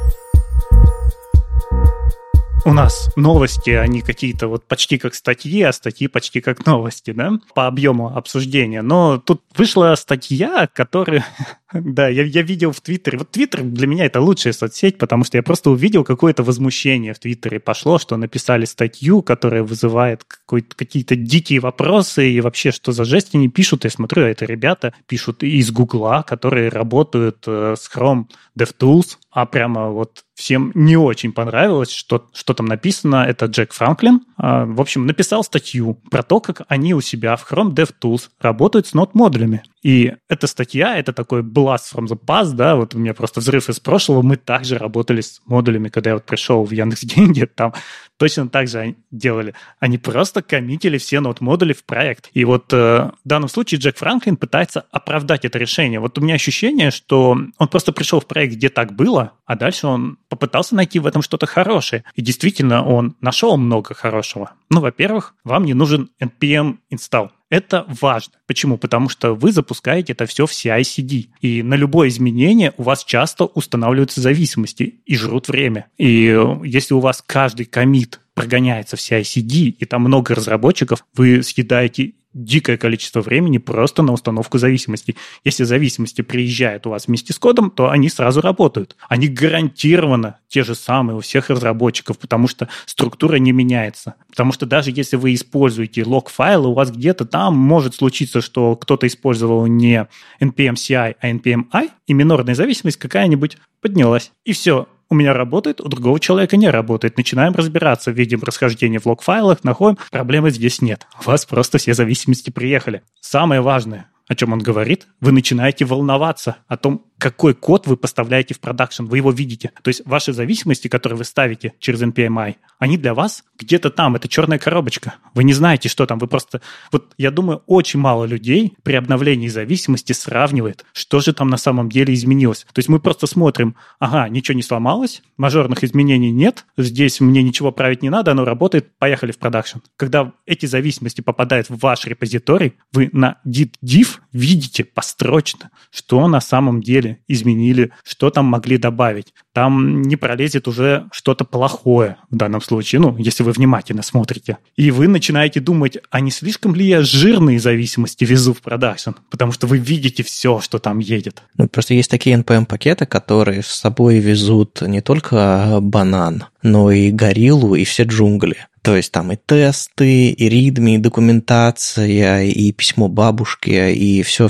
У нас новости, они какие-то вот почти как статьи, а статьи почти как новости, да, по объему обсуждения. Но тут вышла статья, которая... Да, я видел в Твиттере. Вот Твиттер для меня это лучшая соцсеть, потому что я просто увидел какое-то возмущение в Твиттере пошло, что написали статью, которая вызывает какие-то дикие вопросы, и вообще, что за жесть они пишут. Я смотрю, это ребята пишут из Гугла, которые работают с Chrome DevTools, а прямо вот всем не очень понравилось, что там написано. Это Джек Франклин. В общем, написал статью про то, как они у себя в Chrome DevTools работают с нод-модулями. И эта статья, это такой blast from the past, да, вот у меня просто взрыв из прошлого, мы также работали с модулями, когда я вот пришел в Яндекс.Деньги, там точно так же они делали. Они просто коммитили все нод-модули в проект. И вот в данном случае Джек Франклин пытается оправдать это решение. Вот у меня ощущение, что он просто пришел в проект, где так было, а дальше он попытался найти в этом что-то хорошее. И действительно, он нашел много хорошего. Во-первых, вам не нужен npm install. Это важно. Почему? Потому что вы запускаете это все в CI/CD. И на любое изменение у вас часто устанавливаются зависимости и жрут время. И если у вас каждый коммит прогоняется в CI/CD, и там много разработчиков, вы съедаете дикое количество времени просто на установку зависимостей. Если зависимости приезжают у вас вместе с кодом, то они сразу работают. Они гарантированно те же самые у всех разработчиков, потому что структура не меняется. Потому что даже если вы используете лог-файлы, у вас где-то там может случиться, что кто-то использовал не npm-ci, а npm-i, и минорная зависимость какая-нибудь поднялась. И все. У меня работает, у другого человека не работает. Начинаем разбираться, видим расхождение в лог-файлах, находим, проблемы здесь нет. У вас просто все зависимости приехали. Самое важное, о чем он говорит, вы начинаете волноваться о том, какой код вы поставляете в продакшн, вы его видите. То есть ваши зависимости, которые вы ставите через npm-i, они для вас где-то там, это черная коробочка. Вы не знаете, что там, вы просто... Вот я думаю, очень мало людей при обновлении зависимости сравнивает, что же там на самом деле изменилось. То есть мы просто смотрим, ага, ничего не сломалось, мажорных изменений нет, здесь мне ничего править не надо, оно работает, поехали в продакшн. Когда эти зависимости попадают в ваш репозиторий, вы на git-diff видите построчно, что на самом деле изменили, что там могли добавить. Там не пролезет уже что-то плохое в данном случае, если вы внимательно смотрите. И вы начинаете думать, а не слишком ли я жирные зависимости везу в продакшн? Потому что вы видите все, что там едет. Просто есть такие NPM-пакеты, которые с собой везут не только банан, но и гориллу, и все джунгли. То есть там и тесты, и ридми, и документация, и письмо бабушке, и все.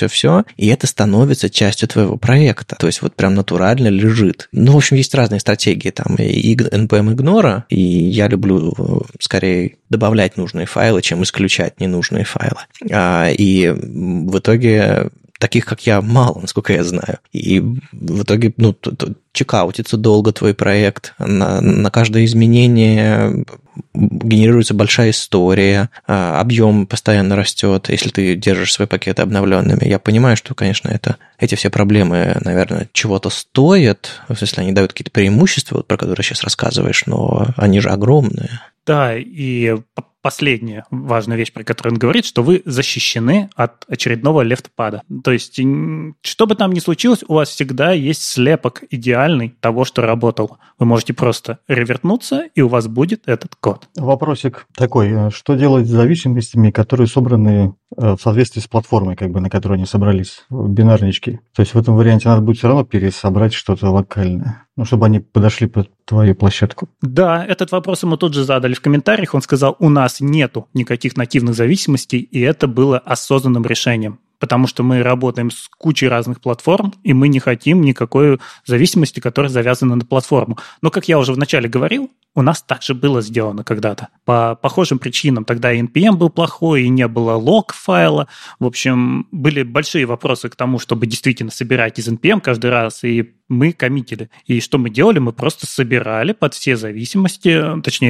И это становится частью твоего проекта. То есть вот прям натурально лежит. В общем, есть разные стратегии. Там и NPM-игнора, и я люблю скорее добавлять нужные файлы, чем исключать ненужные файлы. И в итоге... Таких, как я, мало, насколько я знаю. И в итоге, чекаутится долго твой проект. На каждое изменение генерируется большая история, объем постоянно растет, если ты держишь свои пакеты обновленными. Я понимаю, что, конечно, эти все проблемы, наверное, чего-то стоят, если они дают какие-то преимущества, про которые сейчас рассказываешь, но они же огромные. Да, и последняя важная вещь, про которую он говорит, что вы защищены от очередного лефтпада. То есть, что бы там ни случилось, у вас всегда есть слепок идеальный того, что работало. Вы можете просто ревертнуться, и у вас будет этот код. Вопросик такой. Что делать с зависимостями, которые собраны в соответствии с платформой, на которой они собрались, бинарнички? То есть в этом варианте надо будет все равно пересобрать что-то локальное, чтобы они подошли под твою площадку. Да, этот вопрос ему тут же задали в комментариях. Он сказал, у нас нету никаких нативных зависимостей, и это было осознанным решением. Потому что мы работаем с кучей разных платформ, и мы не хотим никакой зависимости, которая завязана на платформу. Но, как я уже вначале говорил, у нас так же было сделано когда-то. По похожим причинам. Тогда и NPM был плохой, и не было лог-файла. В общем, были большие вопросы к тому, чтобы действительно собирать из NPM каждый раз, и мы коммитили. И что мы делали? Мы просто собирали под все зависимости, точнее,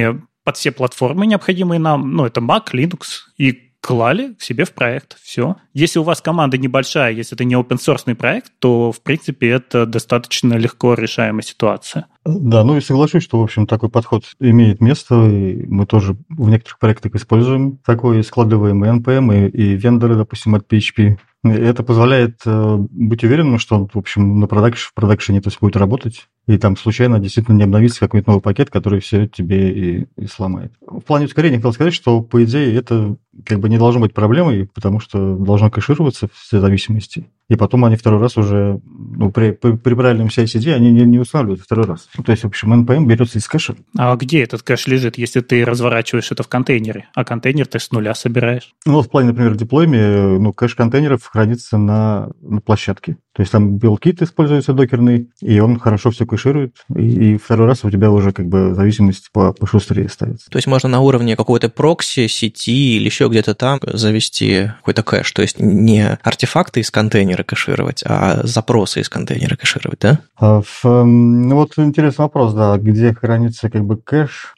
под все платформы, необходимые нам, это Mac, Linux, и клали к себе в проект. Все. Если у вас команда небольшая, если это не open-source проект, то, в принципе, это достаточно легко решаемая ситуация. Да, и соглашусь, что, в общем, такой подход имеет место, и мы тоже в некоторых проектах используем такой, складываем и NPM, и вендоры, допустим, от PHP. И это позволяет быть уверенным, что, в общем, в продакшене это все будет работать, и там случайно действительно не обновится какой-нибудь новый пакет, который все тебе и сломает. В плане ускорения хотел сказать, что, по идее, это не должно быть проблемой, потому что должно кэшироваться все зависимости. И потом они второй раз уже, при правильном CI/CD они не устанавливают второй раз. То есть, в общем, NPM берется из кэша. А где этот кэш лежит, если ты разворачиваешь это в контейнере? А контейнер ты с нуля собираешь? В плане, например, деплойме, кэш контейнеров хранится на площадке. То есть там build-kit используется докерный, и он хорошо все кэширует, и второй раз у тебя уже зависимость пошустрее ставится. То есть можно на уровне какой-то прокси, сети или еще где-то там завести какой-то кэш. То есть не артефакты из контейнера кэшировать, а запросы из контейнера кэшировать, да? Интересный вопрос, да, где хранится кэш.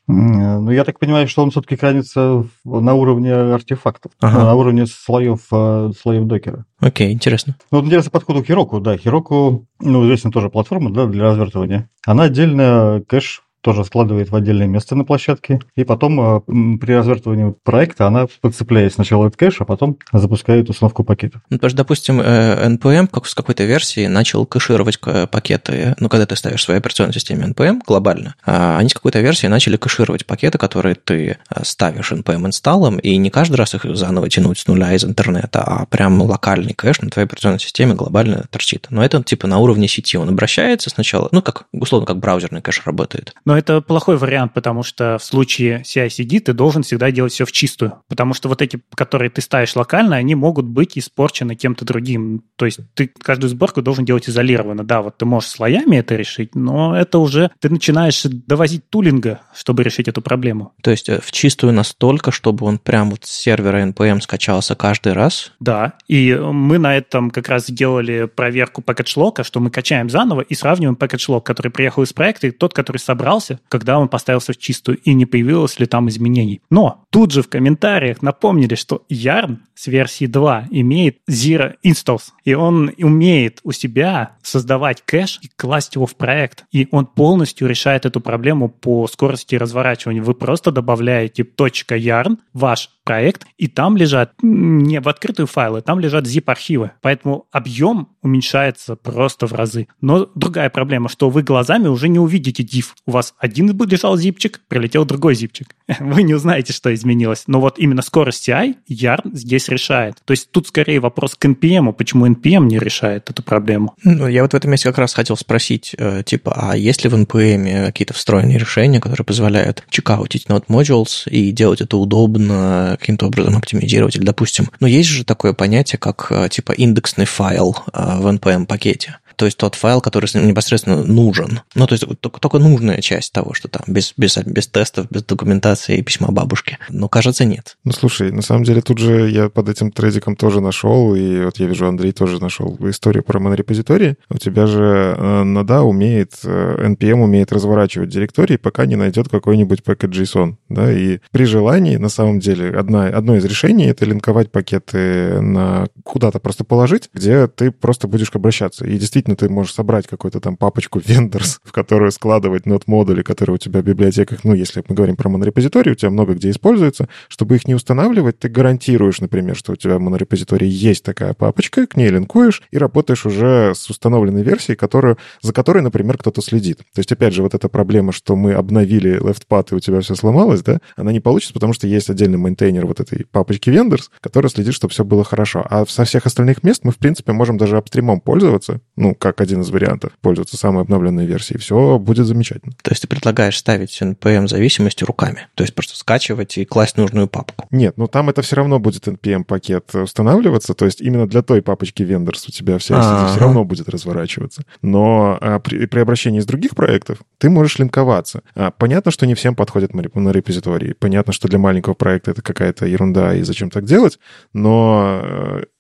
Я так понимаю, что он все-таки хранится на уровне артефактов, на уровне слоев докера. Окей, интересно. Интересный подход к Heroku, да. Heroku, известна тоже платформа, да, для развертывания. Она отдельно кэш тоже складывает в отдельное место на площадке, и потом при развертывании проекта она подцепляет сначала этот кэш, а потом запускает установку пакетов. Потому что, допустим, NPM с какой-то версии начал кэшировать пакеты, когда ты ставишь в своей операционной системе NPM глобально, они с какой-то версии начали кэшировать пакеты, которые ты ставишь NPM инсталлом, и не каждый раз их заново тянуть с нуля из интернета, а прям локальный кэш на твоей операционной системе глобально торчит. Но это на уровне сети он обращается сначала, условно, как браузерный кэш работает. Но это плохой вариант, потому что в случае CI/CD ты должен всегда делать все в чистую. Потому что вот эти, которые ты ставишь локально, они могут быть испорчены кем-то другим. То есть ты каждую сборку должен делать изолированно. Да, ты можешь слоями это решить, но это уже ты начинаешь довозить тулинга, чтобы решить эту проблему. То есть в чистую настолько, чтобы он прям с сервера NPM скачался каждый раз? Да, и мы на этом как раз сделали проверку package-лока, что мы качаем заново и сравниваем package-лог, который приехал из проекта, и тот, который собрался, когда он поставился в чистую, и не появилось ли там изменений. Но тут же в комментариях напомнили, что Yarn с версии 2 имеет Zero Installs, и он умеет у себя создавать кэш и класть его в проект. И он полностью решает эту проблему по скорости разворачивания. Вы просто добавляете .yarn в ваш проект, и там лежат не в открытые файлы, там лежат zip-архивы. Поэтому объем уменьшается просто в разы. Но другая проблема, что вы глазами уже не увидите diff. У вас один лежал зипчик, прилетел другой зипчик. Вы не узнаете, что изменилось. Но вот именно скорость CI Yarn здесь решает. То есть тут скорее вопрос к NPM, почему NPM не решает эту проблему. Я в этом месте как раз хотел спросить, а есть ли в NPM какие-то встроенные решения, которые позволяют чекаутить Node Modules и делать это удобно, каким-то образом оптимизировать? Или, допустим, есть же такое понятие, как индексный файл в NPM-пакете. То есть тот файл, который непосредственно нужен. То есть только нужная часть того, что там, без тестов, без документации и письма бабушке. Но, кажется, нет. Слушай, на самом деле тут же я под этим трейдиком тоже нашел, и вот я вижу, Андрей тоже нашел историю про монорепозитории. У тебя же Node умеет, NPM умеет разворачивать директории, пока не найдет какой-нибудь package.json. Да? И при желании, на самом деле, одно из решений — это линковать пакеты куда-то просто положить, где ты просто будешь обращаться. И действительно, ты можешь собрать какую-то там папочку vendors, в которую складывать нод-модули, которые у тебя в библиотеках, если мы говорим про монорепозитории, у тебя много где используются. Чтобы их не устанавливать, ты гарантируешь, например, что у тебя в монорепозитории есть такая папочка, к ней линкуешь и работаешь уже с установленной версией, за которой, например, кто-то следит. То есть, опять же, вот эта проблема, что мы обновили leftpad, и у тебя все сломалось, да, она не получится, потому что есть отдельный мейнтейнер вот этой папочки vendors, который следит, чтобы все было хорошо. А со всех остальных мест мы, в принципе, можем даже апстримом пользоваться, как один из вариантов, пользоваться самой обновленной версией, все будет замечательно. То есть ты предлагаешь ставить NPM-зависимости руками, то есть просто скачивать и класть нужную папку? Нет, там это все равно будет NPM-пакет устанавливаться, то есть именно для той папочки vendors у тебя вся все равно будет разворачиваться. Но при обращении из других проектов ты можешь линковаться. Понятно, что не всем подходят монорепозитории. Понятно, что для маленького проекта это какая-то ерунда, и зачем так делать, но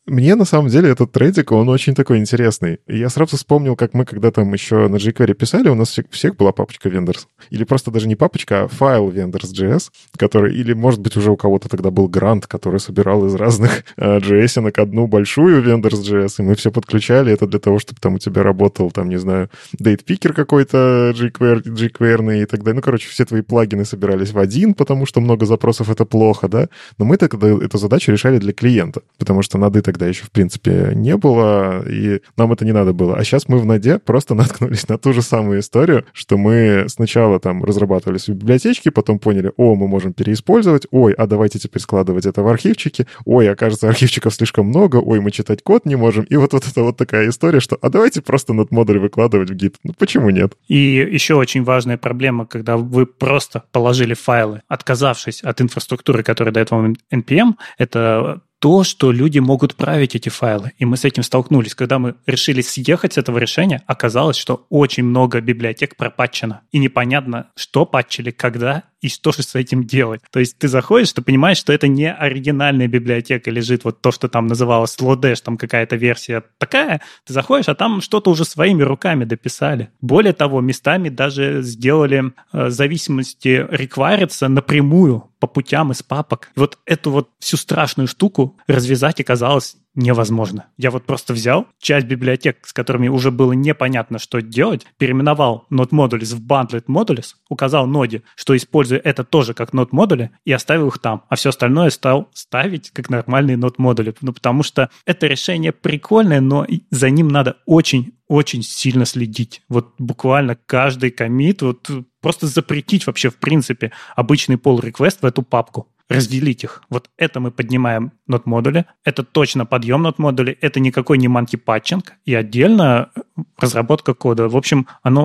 мне на самом деле этот трейдик, он очень такой интересный. И я сразу вспомнил, как мы когда там еще на jQuery писали, у нас всех была папочка vendors. Или просто даже не папочка, а файл vendors.js, который, или, может быть, уже у кого-то тогда был грант, который собирал из разных JS-инок одну большую vendors.js, и мы все подключали это для того, чтобы там у тебя работал, там, не знаю, дейт-пикер какой-то jQuery-ный и так далее. Ну, короче, все твои плагины собирались в один, потому что много запросов — это плохо, да? Но мы тогда эту задачу решали для клиента, потому что нады тогда еще, в принципе, не было, и нам это не надо было. А сейчас мы в наде просто наткнулись на ту же самую историю, что мы сначала там разрабатывали свои библиотечки, потом поняли, мы можем переиспользовать, а давайте теперь складывать это в архивчики, окажется, архивчиков слишком много, мы читать код не можем, и вот это вот такая история, что давайте просто нод-модуль выкладывать в Git. Ну, почему нет? И еще очень важная проблема, когда вы просто положили файлы, отказавшись от инфраструктуры, которая дает вам NPM, это то, что люди могут править эти файлы. И мы с этим столкнулись. Когда мы решили съехать с этого решения, оказалось, что очень много библиотек пропатчено. И непонятно, что патчили, когда и что же с этим делать. То есть ты заходишь, ты понимаешь, что это не оригинальная библиотека лежит, вот то, что там называлось Slowdash, там какая-то версия такая, ты заходишь, а там что-то уже своими руками дописали. Более того, местами даже сделали зависимости requireds напрямую по путям из папок. И вот эту вот всю страшную штуку развязать оказалось невозможно. Я вот просто взял часть библиотек, с которыми уже было непонятно, что делать, переименовал node-modules в bundled modules, указал ноде, что использую это тоже как node-модули, и оставил их там. А все остальное стал ставить как нормальные node-модули. Ну, потому что это решение прикольное, но за ним надо очень сильно следить. Вот буквально каждый коммит, вот просто запретить вообще в принципе обычный pull request в эту папку. Разделить их. Вот это мы поднимаем node-модули, это точно подъем node-модулей, это никакой не monkey-patching, и отдельно разработка кода. В общем,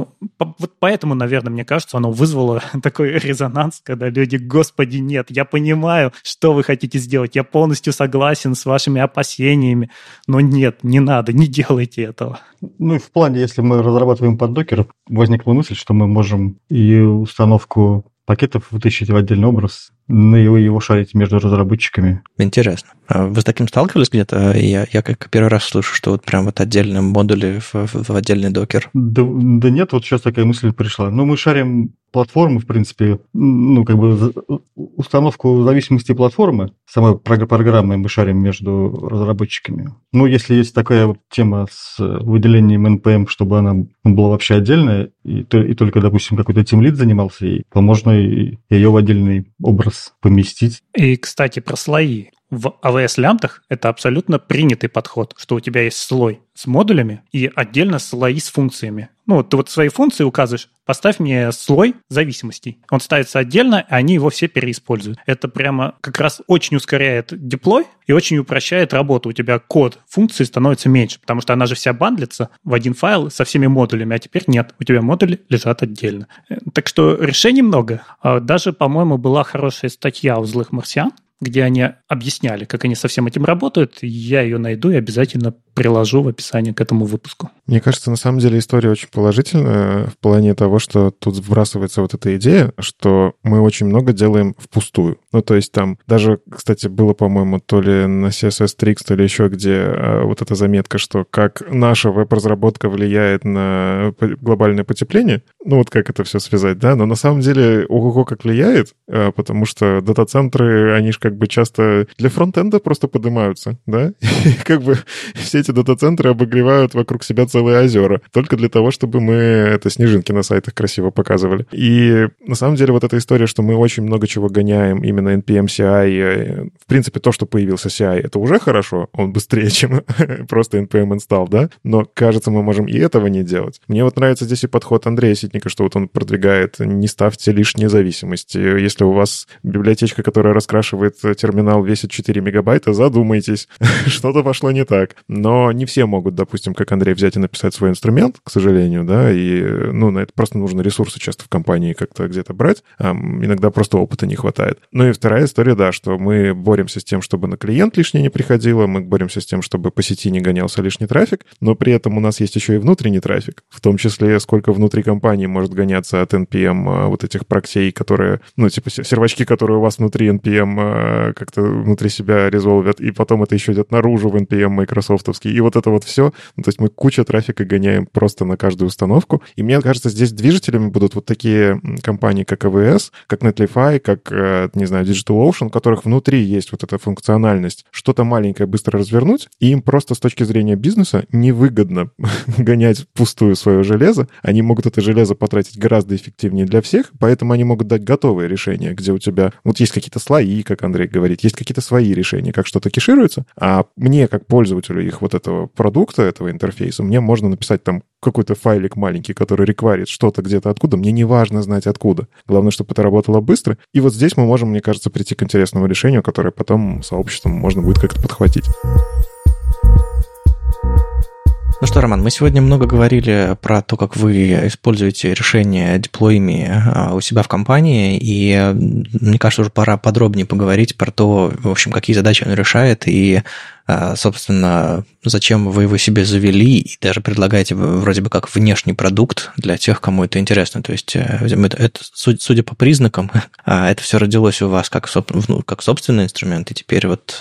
вот поэтому, наверное, мне кажется, оно вызвало такой резонанс, когда люди, господи, нет, я понимаю, что вы хотите сделать, я полностью согласен с вашими опасениями, но нет, не надо, не делайте этого. Ну и в плане, если мы разрабатываем под докер, возникла мысль, что мы можем и установку пакетов вытащить в отдельный образ, но его шарить между разработчиками. Интересно. А вы с таким сталкивались где-то? Я как первый раз слышу, что вот прям вот отдельные модули в отдельный докер. Да нет, вот сейчас такая мысль пришла. Ну, мы шарим платформы, в принципе, установку зависимости платформы, самой программы мы шарим между разработчиками. Ну, если есть такая вот тема с выделением NPM, чтобы она была вообще отдельная, и только, допустим, какой-то тимлид занимался ей, то можно и ее в отдельный образ поместить. И, кстати, про слои. В AWS-лямбдах это абсолютно принятый подход, что у тебя есть слой с модулями и отдельно слои с функциями. Ну, ты вот свои функции указываешь, поставь мне слой зависимостей. Он ставится отдельно, и они его все переиспользуют. Это прямо как раз очень ускоряет деплой и очень упрощает работу. У тебя код функции становится меньше, потому что она же вся бандлится в один файл со всеми модулями, а теперь нет. У тебя модули лежат отдельно. Так что решений много. Даже, по-моему, была хорошая статья у «Злых марсиан», где они объясняли, как они со всем этим работают. Я ее найду и обязательно приложу в описании к этому выпуску. Мне кажется, на самом деле история очень положительная в плане того, что тут вбрасывается вот эта идея, что мы очень много делаем впустую. Ну, то есть там даже, кстати, было, по-моему, то ли на CSS Tricks, то ли еще где вот эта заметка, что как наша веб-разработка влияет на глобальное потепление. Ну, вот как это все связать, да? Но на самом деле ого-го как влияет, потому что дата-центры, они же как бы часто для фронтенда просто поднимаются, да? И как бы все эти дата-центры обогревают вокруг себя целые озера, только для того, чтобы мы снежинки на сайтах красиво показывали. И на самом деле вот эта история, что мы очень много чего гоняем, именно NPM CI, в принципе, то, что появился CI, это уже хорошо, он быстрее, чем просто NPM install, да? Но, кажется, мы можем и этого не делать. Мне вот нравится здесь и подход Андрея Ситника, что вот он продвигает, не ставьте лишние зависимости. Если у вас библиотечка, которая раскрашивает терминал, весит 4 мегабайта, задумайтесь, что-то пошло не так. Но не все могут, допустим, как Андрей, взять и написать свой инструмент, к сожалению, да, и, на это просто нужно ресурсы часто в компании как-то где-то брать, а иногда просто опыта не хватает. Ну и вторая история, да, что мы боремся с тем, чтобы на клиент лишнее не приходило, мы боремся с тем, чтобы по сети не гонялся лишний трафик, но при этом у нас есть еще и внутренний трафик, в том числе сколько внутри компании может гоняться от NPM вот этих проксей, которые, типа сервачки, которые у вас внутри NPM как-то внутри себя резолвят, и потом это еще идет наружу в NPM майкрософтовский, и вот это вот все. Ну, то есть мы кучу трафика гоняем просто на каждую установку. И мне кажется, здесь движителями будут вот такие компании, как AWS, как Netlify, как, не знаю, DigitalOcean, у которых внутри есть вот эта функциональность, что-то маленькое быстро развернуть, и им просто с точки зрения бизнеса невыгодно гонять пустую свое железо. Они могут это железо потратить гораздо эффективнее для всех, поэтому они могут дать готовые решения, где у тебя вот есть какие-то слои, как Андрей говорит, есть какие-то свои решения, как что-то кешируется, а мне, как пользователю их вот этого продукта, этого интерфейса, мне можно написать там какой-то файлик маленький, который рекварит что-то где-то откуда. Мне не важно знать откуда. Главное, чтобы это работало быстро. И вот здесь мы можем, мне кажется, прийти к интересному решению, которое потом сообществом можно будет как-то подхватить. Ну что, Роман, мы сегодня много говорили про то, как вы используете решения деплоями у себя в компании, и мне кажется, уже пора подробнее поговорить про то, в общем, какие задачи он решает, и, собственно, зачем вы его себе завели, и даже предлагаете вроде бы как внешний продукт для тех, кому это интересно. То есть, это, судя по признакам, это все родилось у вас как собственный инструмент, и теперь вот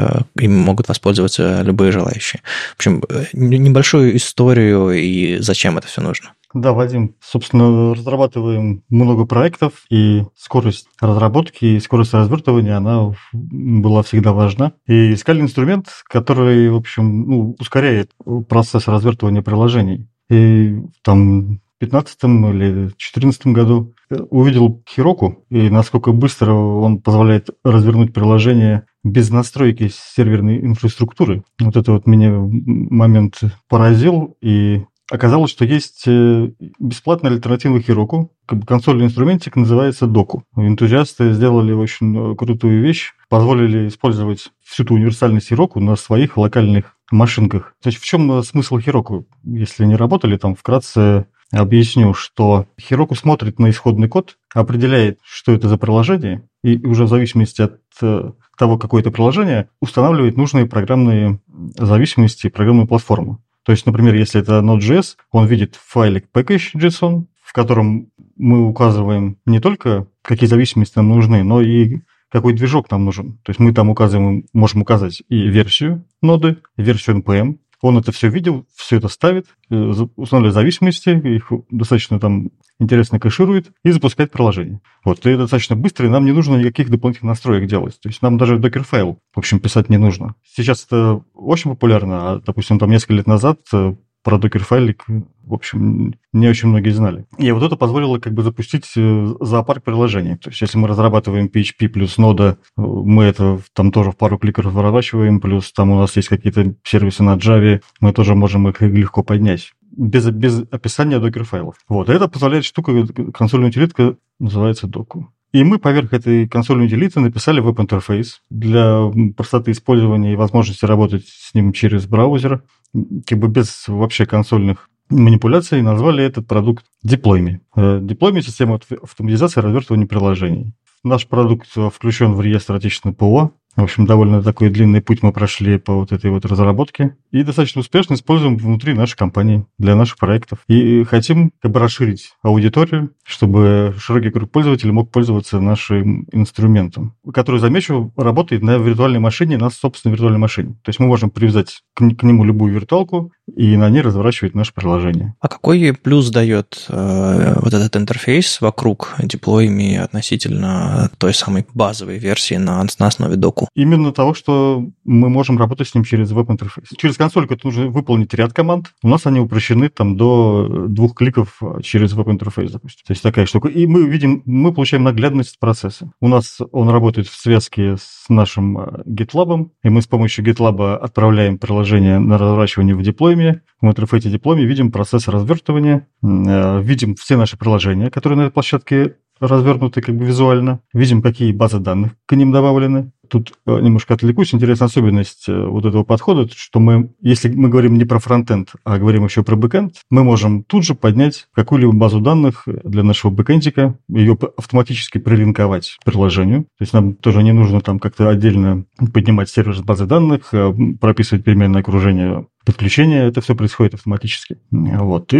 им могут воспользоваться любые желающие. В общем, небольшую историю и зачем это все нужно. Да, Вадим, собственно, разрабатываем много проектов, и скорость разработки и скорость развертывания, она была всегда важна. И искали инструмент, который, в общем, ускоряет процесс развертывания приложений. И там в 2015 или 2014 году увидел Heroku, и насколько быстро он позволяет развернуть приложение без настройки серверной инфраструктуры. Вот это вот меня момент поразил, и оказалось, что есть бесплатная альтернатива Heroku. Консольный инструментик называется Doku. Энтузиасты сделали очень крутую вещь, позволили использовать всю ту универсальность Heroku на своих локальных машинках. То есть в чем смысл Heroku? Если не работали, там вкратце объясню, что Heroku смотрит на исходный код, определяет, что это за приложение, и уже в зависимости от того, какое это приложение, устанавливает нужные программные зависимости, программную платформу. То есть, например, если это Node.js, он видит файлик package.json, в котором мы указываем не только, какие зависимости нам нужны, но и какой движок нам нужен. То есть мы там можем указать и версию ноды, и версию NPM. Он это все видел, все это ставит, устанавливает зависимости, их достаточно там интересно кэширует и запускает приложение. Вот, и это достаточно быстро, и нам не нужно никаких дополнительных настроек делать. То есть нам даже докер-файл, в общем, писать не нужно. Сейчас это очень популярно, а, допустим, там несколько лет назад про докер-файлик, в общем, не очень многие знали. И вот это позволило как бы запустить зоопарк приложений. То есть если мы разрабатываем PHP плюс нода, мы это там тоже в пару кликов разворачиваем, плюс там у нас есть какие-то сервисы на Java, мы тоже можем их легко поднять. Без описания докер-файлов. Вот, и это позволяет штука, консольная утилитка называется Doku. И мы поверх этой консольной утилиты написали веб-интерфейс для простоты использования и возможности работать с ним через браузер, как бы без вообще консольных манипуляций, и назвали этот продукт Deploy.me. Deploy.me – система автоматизации и развертывания приложений. Наш продукт включен в реестр отечественного ПО. В общем, довольно такой длинный путь мы прошли по вот этой вот разработке. И достаточно успешно используем внутри нашей компании для наших проектов. И хотим как бы расширить аудиторию, чтобы широкий круг пользователей мог пользоваться нашим инструментом, который, замечу, работает на виртуальной машине, на собственной виртуальной машине. То есть мы можем привязать к нему любую виртуалку и на ней разворачивать наше приложение. А какой плюс дает вот этот интерфейс вокруг Deploy.me относительно той самой базовой версии на основе Doku? Именно того, что мы можем работать с ним через веб-интерфейс. Через консольку это нужно выполнить ряд команд. У нас они упрощены там до 2 кликов через веб-интерфейс, допустим. То есть такая штука. И мы получаем наглядность процесса. У нас он работает в связке с нашим GitLab, и мы с помощью GitLab отправляем приложение на разворачивание в Deploy.me. В интерфейсе Deploy.me видим процесс развертывания, видим все наши приложения, которые на этой площадке развернуты как бы визуально. Видим, какие базы данных к ним добавлены. Тут немножко отвлекусь. Интересная особенность вот этого подхода, что если мы говорим не про фронтенд, а говорим еще про бэкенд, мы можем тут же поднять какую-либо базу данных для нашего бэкендика, ее автоматически прилинковать к приложению. То есть нам тоже не нужно там как-то отдельно поднимать сервер с базы данных, прописывать переменное окружение подключения, это все происходит автоматически. Вот. И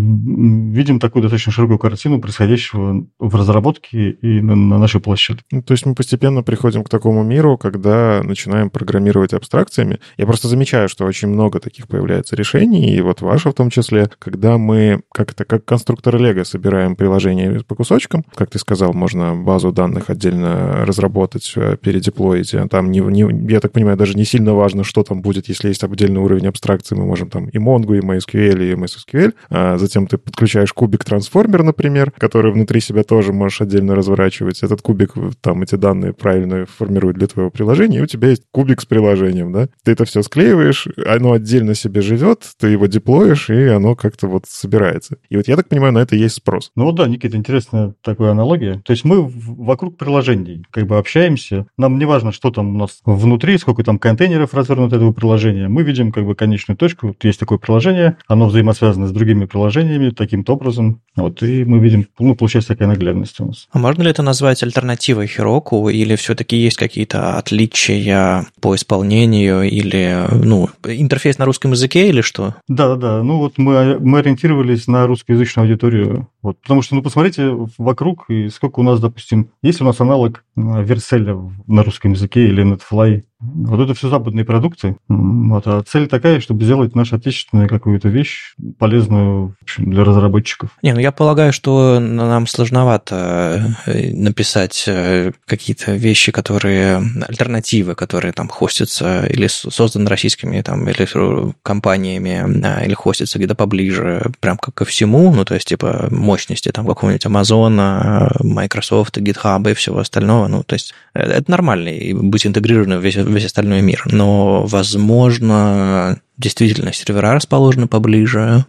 видим такую достаточно широкую картину происходящего в разработке и на нашей площадке. То есть мы постепенно приходим к такому миру, когда начинаем программировать абстракциями. Я просто замечаю, что очень много таких появляется решений, и вот ваше в том числе, когда мы как конструкторы Лего собираем приложение по кусочкам. Как ты сказал, можно базу данных отдельно разработать, передеплоить. Там, я так понимаю, даже не сильно важно, что там будет, если есть отдельный уровень абстракции. Мы можем там и Mongo, и MySQL, и MSSQL. А затем ты подключаешь кубик-трансформер, например, который внутри себя тоже можешь отдельно разворачивать. Этот кубик, там эти данные правильно формирует для твоего приложения, и у тебя есть кубик с приложением, да? Ты это все склеиваешь, оно отдельно себе живет, ты его деплоишь, и оно как-то вот собирается. И вот я так понимаю, на это есть спрос. Ну да, Никита, интересная такая аналогия. То есть мы вокруг приложений как бы общаемся. Нам не важно, что там у нас внутри, сколько там контейнеров развернуто этого приложения. Мы видим как бы конечную точку. Вот есть такое приложение, оно взаимосвязано с другими приложениями таким-то образом. Вот, и мы видим, получается такая наглядность у нас. А можно ли это назвать альтернативой Heroku, или все-таки есть какие-то отличия по исполнению, или интерфейс на русском языке, или что? Да. Ну вот мы ориентировались на русскоязычную аудиторию. Вот, потому что, посмотрите вокруг, и сколько у нас, допустим, есть у нас аналог Верселя на русском языке или Netfly. Вот это все западные продукты. Вот, а цель такая, чтобы сделать нашу отечественную какую-то вещь полезную, в общем, для разработчиков. Я полагаю, что нам сложновато написать какие-то вещи, альтернативы, которые там хостятся или созданы российскими там, или компаниями, или хостятся где-то поближе, прям как ко всему, то есть типа мощности там какого-нибудь Amazon, Microsoft, GitHub и всего остального. То есть это нормально, и быть интегрированным в весь остальной мир. Но, возможно, действительно сервера расположены поближе,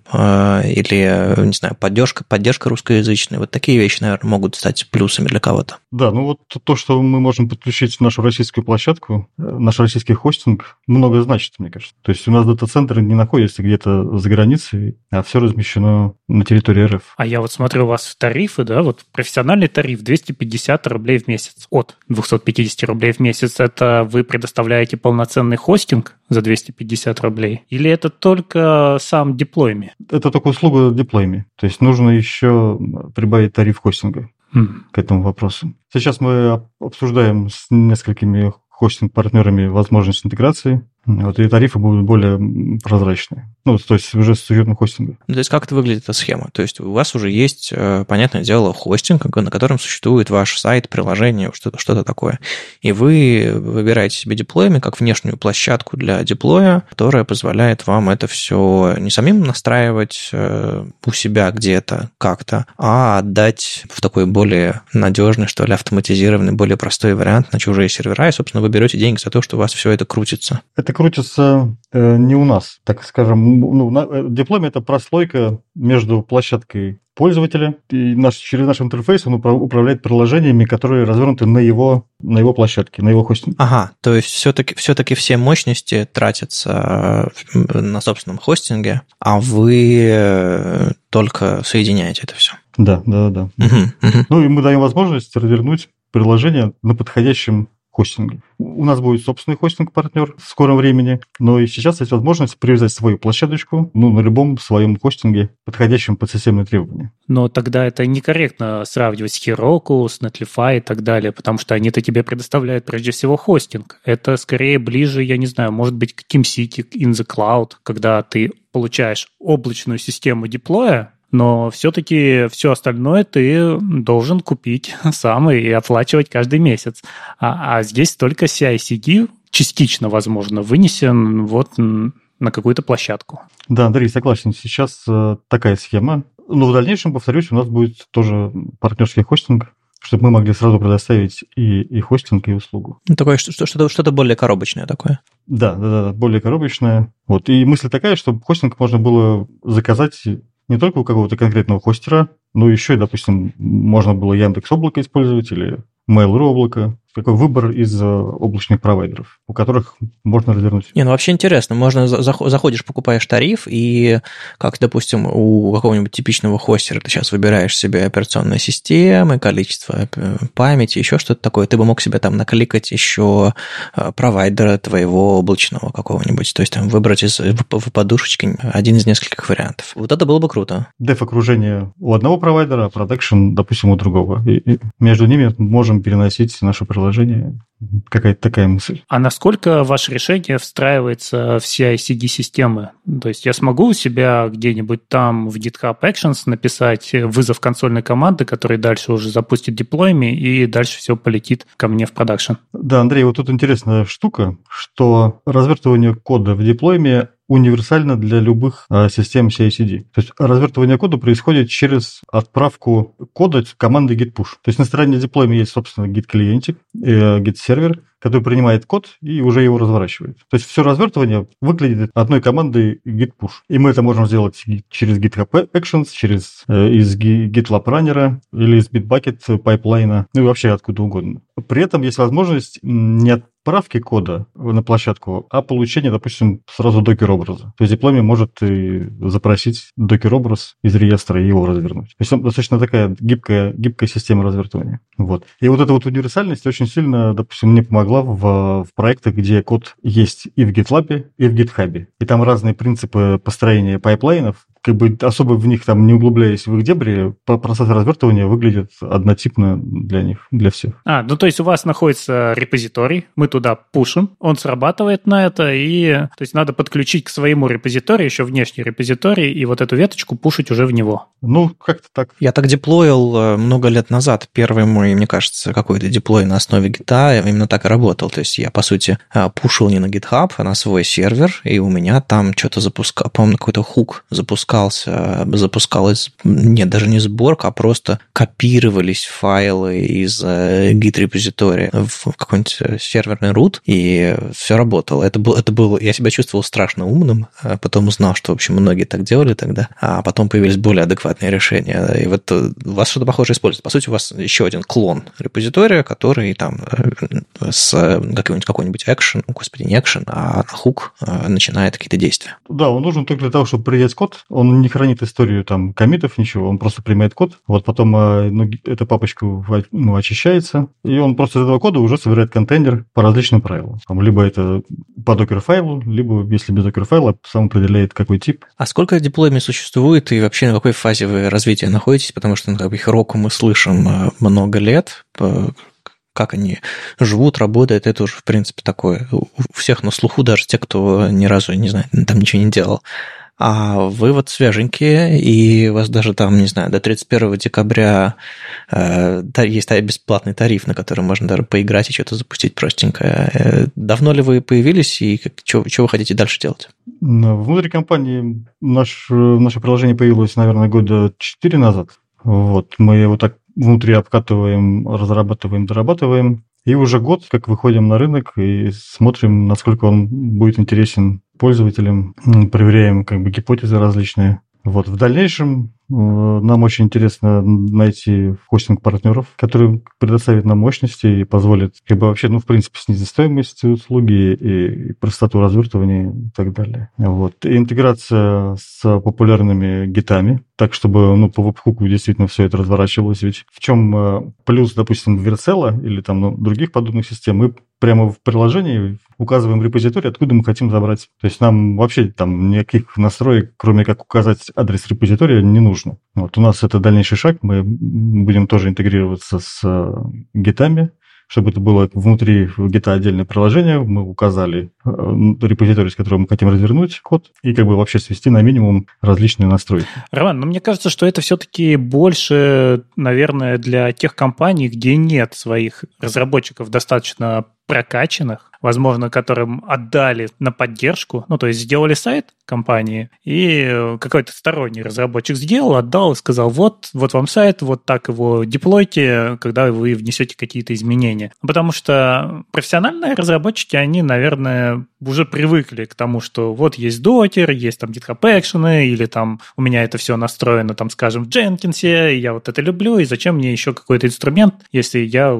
или, не знаю, поддержка русскоязычная. Вот такие вещи, наверное, могут стать плюсами для кого-то. Да, вот то, что мы можем подключить нашу российскую площадку, наш российский хостинг, много значит, мне кажется. То есть у нас дата-центры не находятся где-то за границей, а все размещено на территории РФ. А я вот смотрю у вас тарифы, да, вот профессиональный тариф 250 рублей в месяц. От 250 рублей в месяц это вы предоставляете полноценный хостинг за 250 рублей? Или это только сам деплойми? Это только услуга деплойми. То есть нужно еще прибавить тариф хостинга к этому вопросу. Сейчас мы обсуждаем с несколькими хостинг-партнерами возможность интеграции. Вот, и тарифы будут более прозрачные. То есть уже с учетом хостинга. То есть как это выглядит, эта схема? То есть у вас уже есть, понятное дело, хостинг, на котором существует ваш сайт, приложение, что-то такое. И вы выбираете себе деплойми как внешнюю площадку для деплоя, которая позволяет вам это все не самим настраивать у себя где-то как-то, а отдать в такой более надежный, что ли, автоматизированный, более простой вариант на чужие сервера, и, собственно, вы берете деньги за то, что у вас все это крутится. Это крутится не у нас, так скажем. Деплойм – это прослойка между площадкой пользователя, и через наш интерфейс он управляет приложениями, которые развернуты на его площадке, на его хостинге. Ага, то есть все-таки все мощности тратятся на собственном хостинге, а вы только соединяете это все. Да. И мы даем возможность развернуть приложение на подходящем хостинге. У нас будет собственный хостинг-партнер в скором времени, но и сейчас есть возможность привязать свою площадочку на любом своем хостинге, подходящем под системные требования. Но тогда это некорректно сравнивать с Heroku, с Netlify и так далее, потому что они-то тебе предоставляют прежде всего хостинг. Это скорее ближе, я не знаю, может быть, к TeamCity, in the Cloud, когда ты получаешь облачную систему деплоя, но все-таки все остальное ты должен купить сам и оплачивать каждый месяц. А здесь только CI/CD частично, возможно, вынесен вот на какую-то площадку. Да, Андрей, согласен. Сейчас такая схема. Но в дальнейшем, повторюсь, у нас будет тоже партнерский хостинг, чтобы мы могли сразу предоставить и хостинг, и услугу. Такое что-то более коробочное такое. Да, более коробочное. Вот. И мысль такая, чтобы хостинг можно было заказать не только у какого-то конкретного хостера, но еще и, допустим, можно было Яндекс.Облако использовать или Mail.ru облако. такой выбор из облачных провайдеров, у которых можно развернуть. Вообще интересно. Можно заходишь, покупаешь тариф, и как, допустим, у какого-нибудь типичного хостера ты сейчас выбираешь себе операционные системы, количество памяти, еще что-то такое. Ты бы мог себе там накликать еще провайдера твоего облачного какого-нибудь. То есть там выбрать из подушечки один из нескольких вариантов. Вот это было бы круто. Дев-окружение у одного провайдера, а продакшн, допустим, у другого. И между ними можем переносить наше приложение. Какая-то такая мысль. А насколько ваше решение встраивается в CI/CD-системы? То есть я смогу у себя где-нибудь там в GitHub Actions написать вызов консольной команды, который дальше уже запустит деплойми, и дальше все полетит ко мне в продакшн? Да, Андрей, вот тут интересная штука, что развертывание кода в деплойме универсально для любых систем CI/CD. То есть развертывание кода происходит через отправку кода команды git-push. То есть на стороне деплойме есть, собственно, git-клиентик, git-сервер, который принимает код и уже его разворачивает. То есть все развертывание выглядит одной командой git-push. И мы это можем сделать через GitHub Actions, через из GitLab Runner или из Bitbucket пайплайна, ну и вообще откуда угодно. При этом есть возможность не отправки кода на площадку, а получения, допустим, сразу докер-образа. То есть деплойме может и запросить докер-образ из реестра и его развернуть. То есть достаточно такая гибкая система развертывания. Вот. И вот эта вот универсальность очень сильно, допустим, мне помогла в проектах, где код есть и в GitLab, и в GitHub. И там разные принципы построения пайплайнов, как бы особо в них там не углубляясь в их дебри, процесс развертывания выглядит однотипно для них, для всех. Ну то есть у вас находится репозиторий, мы туда пушим, он срабатывает на это, и то есть надо подключить к своему репозиторию еще внешний репозиторий, и вот эту веточку пушить уже в него. Ну, как-то так. Я так деплоил много лет назад. Первый мой, мне кажется, какой-то деплой на основе гита именно так и работал. То есть я, по сути, пушил не на GitHub, а на свой сервер, и у меня там что-то запускал, по-моему, какой-то хук запускалась, нет, даже не сборка, а просто копировались файлы из Git-репозитория в какой-нибудь серверный root, и все работало. Это было, я себя чувствовал страшно умным, потом узнал, что, в общем, многие так делали тогда, а потом появились более адекватные решения. И вот у вас что-то похожее используется. По сути, у вас еще один клон репозитория, который там с какой-нибудь action, не action, а хук начинает какие-то действия. Да, он нужен только для того, чтобы принять код. Он не хранит историю там коммитов, ничего, он просто принимает код. Вот потом эта папочка очищается, и он просто из этого кода уже собирает контейнер по различным правилам. Там, либо это по докер-файлу, либо, если без докер-файла, сам определяет, какой тип. А сколько деплоймей существует, и вообще на какой фазе вы развития находитесь? Потому что их року мы слышим много лет. Как они живут, работают, это уже, в принципе, такое. У всех на слуху, даже те, кто ни разу, не знаю, там ничего не делал. А вы вот свеженькие, и у вас даже там, не знаю, до 31 декабря есть бесплатный тариф, на который можно даже поиграть и что-то запустить простенькое. Давно ли вы появились, и что вы хотите дальше делать? Внутри компании наше приложение появилось, наверное, года 4 назад. Вот, мы его так внутри обкатываем, разрабатываем, дорабатываем. И уже год, как выходим на рынок и смотрим, насколько он будет интересен пользователям, проверяем гипотезы различные. Вот. В дальнейшем нам очень интересно найти хостинг-партнеров, которые предоставят нам мощности и позволят вообще, в принципе, снизить стоимость услуги и простоту развертывания и так далее. Вот. И интеграция с популярными гитами, так, чтобы по веб-хуку действительно все это разворачивалось. Ведь в чем плюс, допустим, Vercel или там других подобных систем, мы прямо в приложении указываем репозиторий, откуда мы хотим забрать. То есть нам вообще там никаких настроек, кроме как указать адрес репозитория, не нужно. Вот у нас это дальнейший шаг. Мы будем тоже интегрироваться с гитами, чтобы это было внутри гита отдельное приложение. Мы указали репозиторий, с которым мы хотим развернуть код, и вообще свести на минимум различные настройки. Роман, мне кажется, что это все-таки больше, наверное, для тех компаний, где нет своих разработчиков достаточно прокачанных, возможно, которым отдали на поддержку, то есть сделали сайт компании, и какой-то сторонний разработчик сделал, отдал и сказал, вот вам сайт, вот так его деплойте, когда вы внесете какие-то изменения. Потому что профессиональные разработчики, они, наверное, уже привыкли к тому, что вот есть докер, есть там GitHub Actions, или там у меня это все настроено, там, скажем, в Jenkins, и я вот это люблю, и зачем мне еще какой-то инструмент, если я в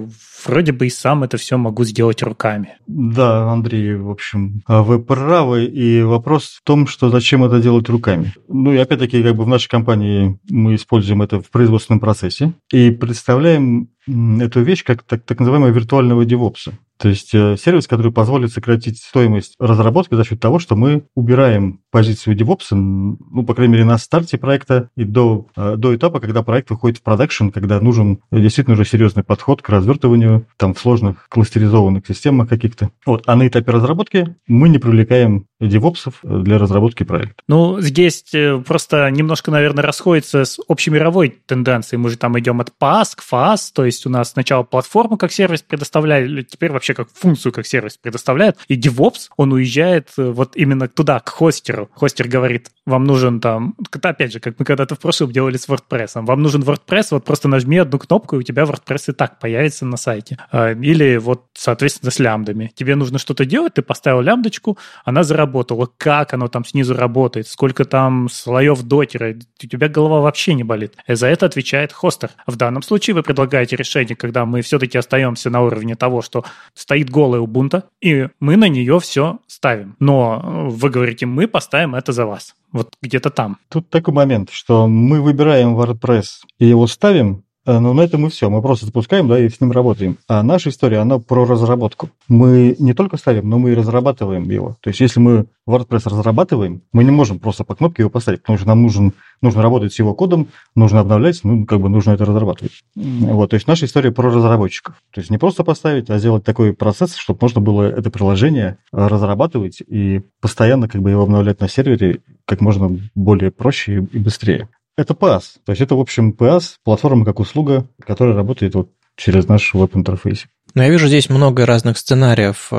вроде бы и сам это все могу сделать руками. Да, Андрей, в общем, вы правы, и вопрос в том, что зачем это делать руками. Ну и опять-таки, как бы в нашей компании мы используем это в производственном процессе и представляем эту вещь как так называемого виртуального DevOps. То есть сервис, который позволит сократить стоимость разработки за счет того, что мы убираем позицию DevOps, ну, по крайней мере, на старте проекта и до этапа, когда проект выходит в продакшн, когда нужен действительно уже серьезный подход к развертыванию там в сложных кластеризованных системах каких-то. Вот. А на этапе разработки мы не привлекаем DevOps для разработки проекта. Ну, здесь просто немножко, наверное, расходится с общемировой тенденцией. Мы же там идем от PaaS к FaaS, то есть у нас сначала платформу как сервис предоставляли, теперь вообще как функцию как сервис предоставляют, и DevOps, он уезжает вот именно туда, к хостеру. Хостер говорит, вам нужен там, опять же, как мы когда-то в прошлом делали с WordPress, вам нужен WordPress, вот просто нажми одну кнопку, и у тебя WordPress и так появится на сайте. Или вот, соответственно, с лямбдами. Тебе нужно что-то делать, ты поставил лямбдочку, она заработала. Как оно там снизу работает, сколько там слоев докера, у тебя голова вообще не болит. И за это отвечает хостер. В данном случае вы предлагаете решение, когда мы все-таки остаемся на уровне того, что стоит голая Ubuntu, и мы на нее все ставим. Но вы говорите, мы поставим это за вас. Вот где-то там. Тут такой момент, что мы выбираем WordPress и его ставим, но на этом и все. Мы просто запускаем, да, и с ним работаем. А наша история, она про разработку. Мы не только ставим, но мы и разрабатываем его. То есть, если мы WordPress разрабатываем, мы не можем просто по кнопке его поставить, потому что нам нужно работать с его кодом, нужно обновлять, нужно это разрабатывать. Вот, то есть, наша история про разработчиков. То есть, не просто поставить, а сделать такой процесс, чтобы можно было это приложение разрабатывать и постоянно его обновлять на сервере как можно более проще и быстрее. Это PaaS. То есть это, в общем, PaaS, платформа как услуга, которая работает вот через наш веб-интерфейс. Но я вижу здесь много разных сценариев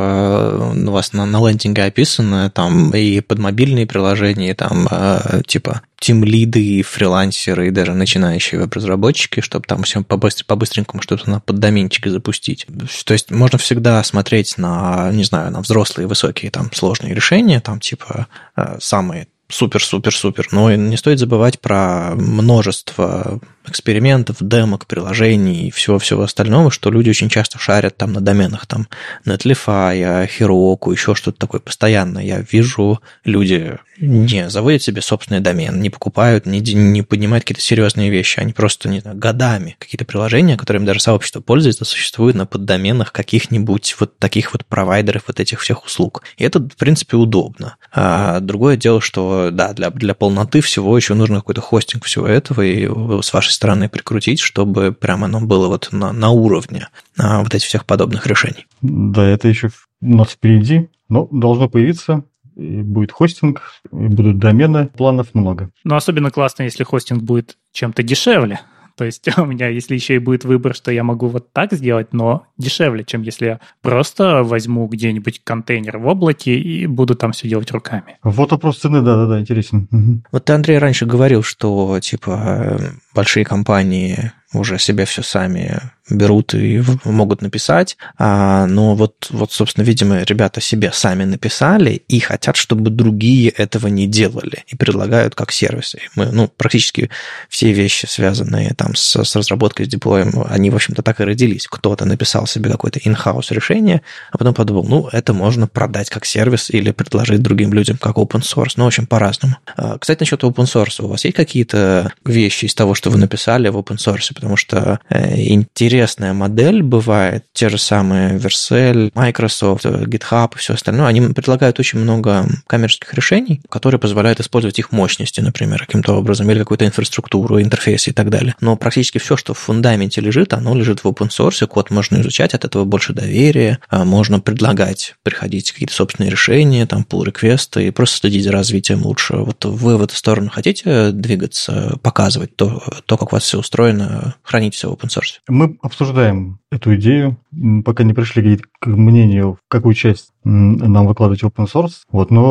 у вас на лендинге описано, там и под мобильные приложения, там типа тимлиды, фрилансеры и даже начинающие веб-разработчики, чтобы там всем по-быстренькому что-то на поддоменчике запустить. То есть можно всегда смотреть на, не знаю, на взрослые, высокие, там сложные решения, там типа самые супер-супер-супер. Но не стоит забывать про множество экспериментов, демок, приложений и всего-всего остального, что люди очень часто шарят там на доменах, там Netlify, Heroku, еще что-то такое постоянно. Я вижу, люди не заводят себе собственный домен, не покупают, не поднимают какие-то серьезные вещи, они просто, не знаю, годами какие-то приложения, которыми даже сообщество пользуется, существуют на поддоменах каких-нибудь вот таких вот провайдеров вот этих всех услуг. И это, в принципе, удобно. А другое дело, что, да, для полноты всего еще нужно какой-то хостинг всего этого и с вашей стороны прикрутить, чтобы прямо оно было вот на уровне вот этих всех подобных решений. Да, это еще у нас впереди, но должно появиться. И будет хостинг, и будут домены, планов много. Но особенно классно, если хостинг будет чем-то дешевле. То есть у меня, если еще и будет выбор, что я могу вот так сделать, но дешевле, чем если я просто возьму где-нибудь контейнер в облаке и буду там все делать руками. Вот вопрос цены, да, интересен. Угу. Вот ты, Андрей, раньше говорил, что типа большие компании уже себе все сами берут и могут написать, но вот, собственно, видимо, ребята себе сами написали и хотят, чтобы другие этого не делали, и предлагают как сервисы. Мы, практически все вещи, связанные там с разработкой, с деплоем, они, в общем-то, так и родились. Кто-то написал себе какое-то in-house решение, а потом подумал, это можно продать как сервис или предложить другим людям как open source. В общем, по-разному. Кстати, насчет open source, у вас есть какие-то вещи из того, что вы написали в open source? Потому что интересная модель бывает, те же самые Vercel, Microsoft, GitHub и все остальное, они предлагают очень много коммерческих решений, которые позволяют использовать их мощности, например, каким-то образом, или какую-то инфраструктуру, интерфейсы и так далее. Но практически все, что в фундаменте лежит, оно лежит в open source, код можно изучать, от этого больше доверия, можно предлагать, приходить какие-то собственные решения, там, pull-реквесты и просто следить за развитием лучше. Вот вы в эту сторону хотите двигаться, показывать то, как у вас все устроено, хранить все в open source? Мы обсуждаем эту идею, пока не пришли к мнению, в какую часть нам выкладывать open source. Вот, но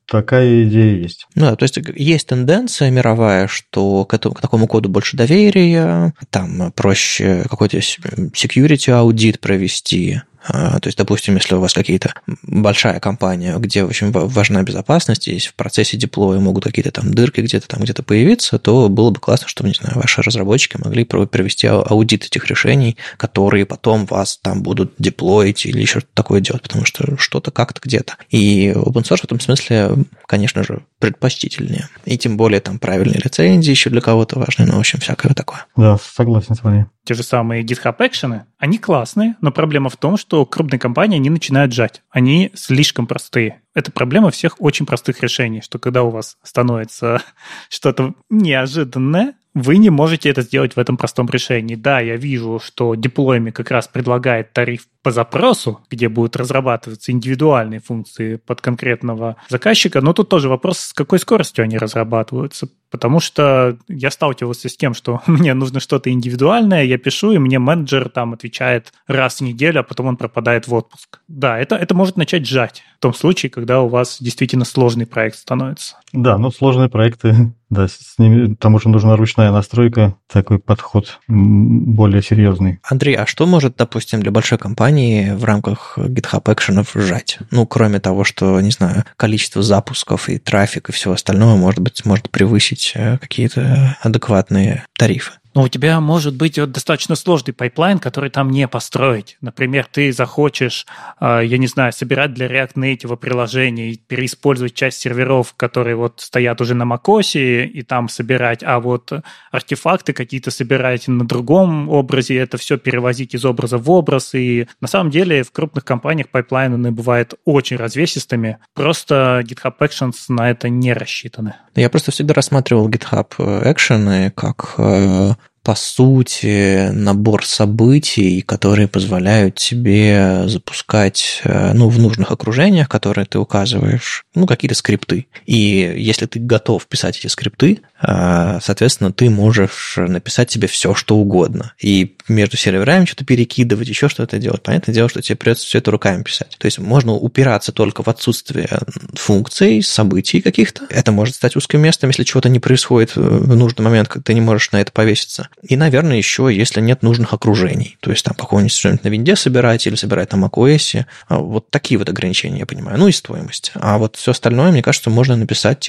такая идея есть. Ну, то есть есть тенденция мировая, что к такому коду больше доверия, там проще какой-то security аудит провести. То есть, допустим, если у вас какие-то большая компания, где очень важна безопасность, и в процессе деплоя могут какие-то там дырки где-то появиться, то было бы классно, чтобы, не знаю, ваши разработчики могли провести аудит этих решений, которые потом вас там будут деплоить или еще что-то такое делать, потому что что-то как-то где-то. И open source в этом смысле, конечно же, предпочтительнее. И тем более там правильные лицензии еще для кого-то важны, но, в общем, всякое такое. Да, согласен с вами. Те же самые GitHub Action'ы, они классные, но проблема в том, что крупные компании, они начинают жать. Они слишком простые. Это проблема всех очень простых решений, что когда у вас становится что-то неожиданное, вы не можете это сделать в этом простом решении. Да, я вижу, что Deploy как раз предлагает тариф по запросу, где будут разрабатываться индивидуальные функции под конкретного заказчика, но тут тоже вопрос, с какой скоростью они разрабатываются, потому что я сталкивался с тем, что мне нужно что-то индивидуальное, я пишу, и мне менеджер там отвечает раз в неделю, а потом он пропадает в отпуск. Да, это может начать жать в том случае, когда у вас действительно сложный проект становится. Да, но сложные проекты, да, с ними, там уже нужна ручная настройка, такой подход более серьезный. Андрей, а что может, допустим, для большой компании в рамках GitHub Action'ов сжать? Ну, кроме того, что, не знаю, количество запусков и трафик и всего остального, может превысить какие-то адекватные тарифы. Но у тебя может быть достаточно сложный пайплайн, который там не построить. Например, ты захочешь, я не знаю, собирать для React Native приложений, переиспользовать часть серверов, которые вот стоят уже на macOS, и там собирать, а вот артефакты какие-то собирать на другом образе, это все перевозить из образа в образ. И на самом деле в крупных компаниях пайплайны бывают очень развесистыми. Просто GitHub Actions на это не рассчитаны. Я просто всегда рассматривал GitHub Actions как по сути, набор событий, которые позволяют тебе запускать, в нужных окружениях, которые ты указываешь, какие-то скрипты. И если ты готов писать эти скрипты, соответственно, ты можешь написать себе все, что угодно. И между серверами что-то перекидывать, еще что-то делать. Понятное дело, что тебе придется все это руками писать. То есть можно упираться только в отсутствие функций, событий каких-то. Это может стать узким местом, если чего-то не происходит в нужный момент, когда ты не можешь на это повеситься. И, наверное, еще, если нет нужных окружений. То есть там какого-нибудь что-нибудь на винде собирать или собирать на macOS. Вот такие вот ограничения, я понимаю. И стоимость. А вот все остальное, мне кажется, можно написать,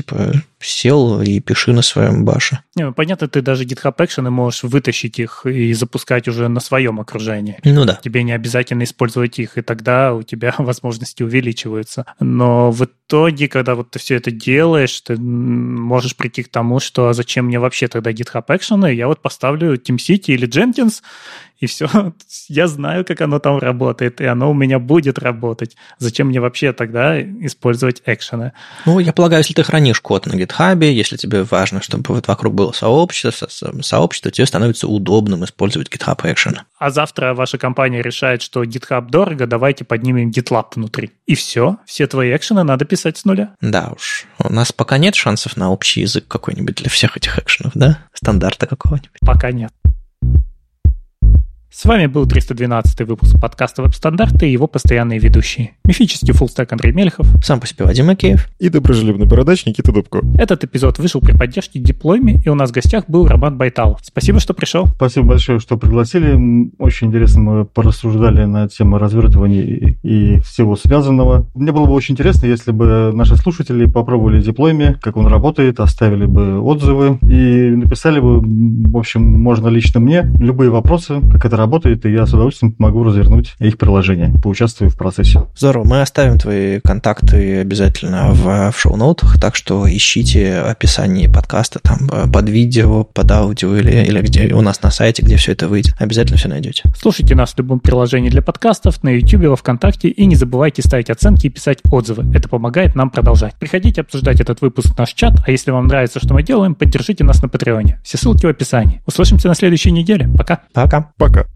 сел и пиши на своем баше. Понятно, ты даже GitHub Actions можешь вытащить их и запускать уже на своем окружении. Ну да. Тебе не обязательно использовать их, и тогда у тебя возможности увеличиваются. Но в итоге, когда вот ты все это делаешь, ты можешь прийти к тому, что а зачем мне вообще тогда GitHub Actions? Я вот поставлю TeamCity или Jenkins, и все, я знаю, как оно там работает, и оно у меня будет работать. Зачем мне вообще тогда использовать экшены? Я полагаю, если ты хранишь код на GitHub, если тебе важно, чтобы вот вокруг было сообщество, тебе становится удобным использовать GitHub Action. А завтра ваша компания решает, что GitHub дорого, давайте поднимем GitLab внутри. И все твои экшены надо писать с нуля. Да уж, у нас пока нет шансов на общий язык какой-нибудь для всех этих экшенов, да? Стандарта какого-нибудь. Пока нет. С вами был 312-й выпуск подкаста «Веб-стандарты» и его постоянные ведущие. Мифический фуллстек Андрей Мелехов. Сам по себе Вадим Макеев. И доброжелюбный бородач Никита Дубко. Этот эпизод вышел при поддержке Deploy.me, и у нас в гостях был Роман Байталов. Спасибо, что пришел. Спасибо большое, что пригласили. Очень интересно мы порассуждали на тему развертывания и всего связанного. Мне было бы очень интересно, если бы наши слушатели попробовали Deploy.me, как он работает, оставили бы отзывы и написали бы, в общем, можно лично мне, любые вопросы, как это работает, и я с удовольствием помогу развернуть их приложение, поучаствую в процессе. Здорово, мы оставим твои контакты обязательно в шоу-ноутах, так что ищите описание подкаста там под видео, под аудио или где у нас на сайте, где все это выйдет. Обязательно все найдете. Слушайте нас в любом приложении для подкастов, на YouTube, во ВКонтакте, и не забывайте ставить оценки и писать отзывы. Это помогает нам продолжать. Приходите обсуждать этот выпуск в наш чат, а если вам нравится, что мы делаем, поддержите нас на Патреоне. Все ссылки в описании. Услышимся на следующей неделе. Пока. Пока. Пока.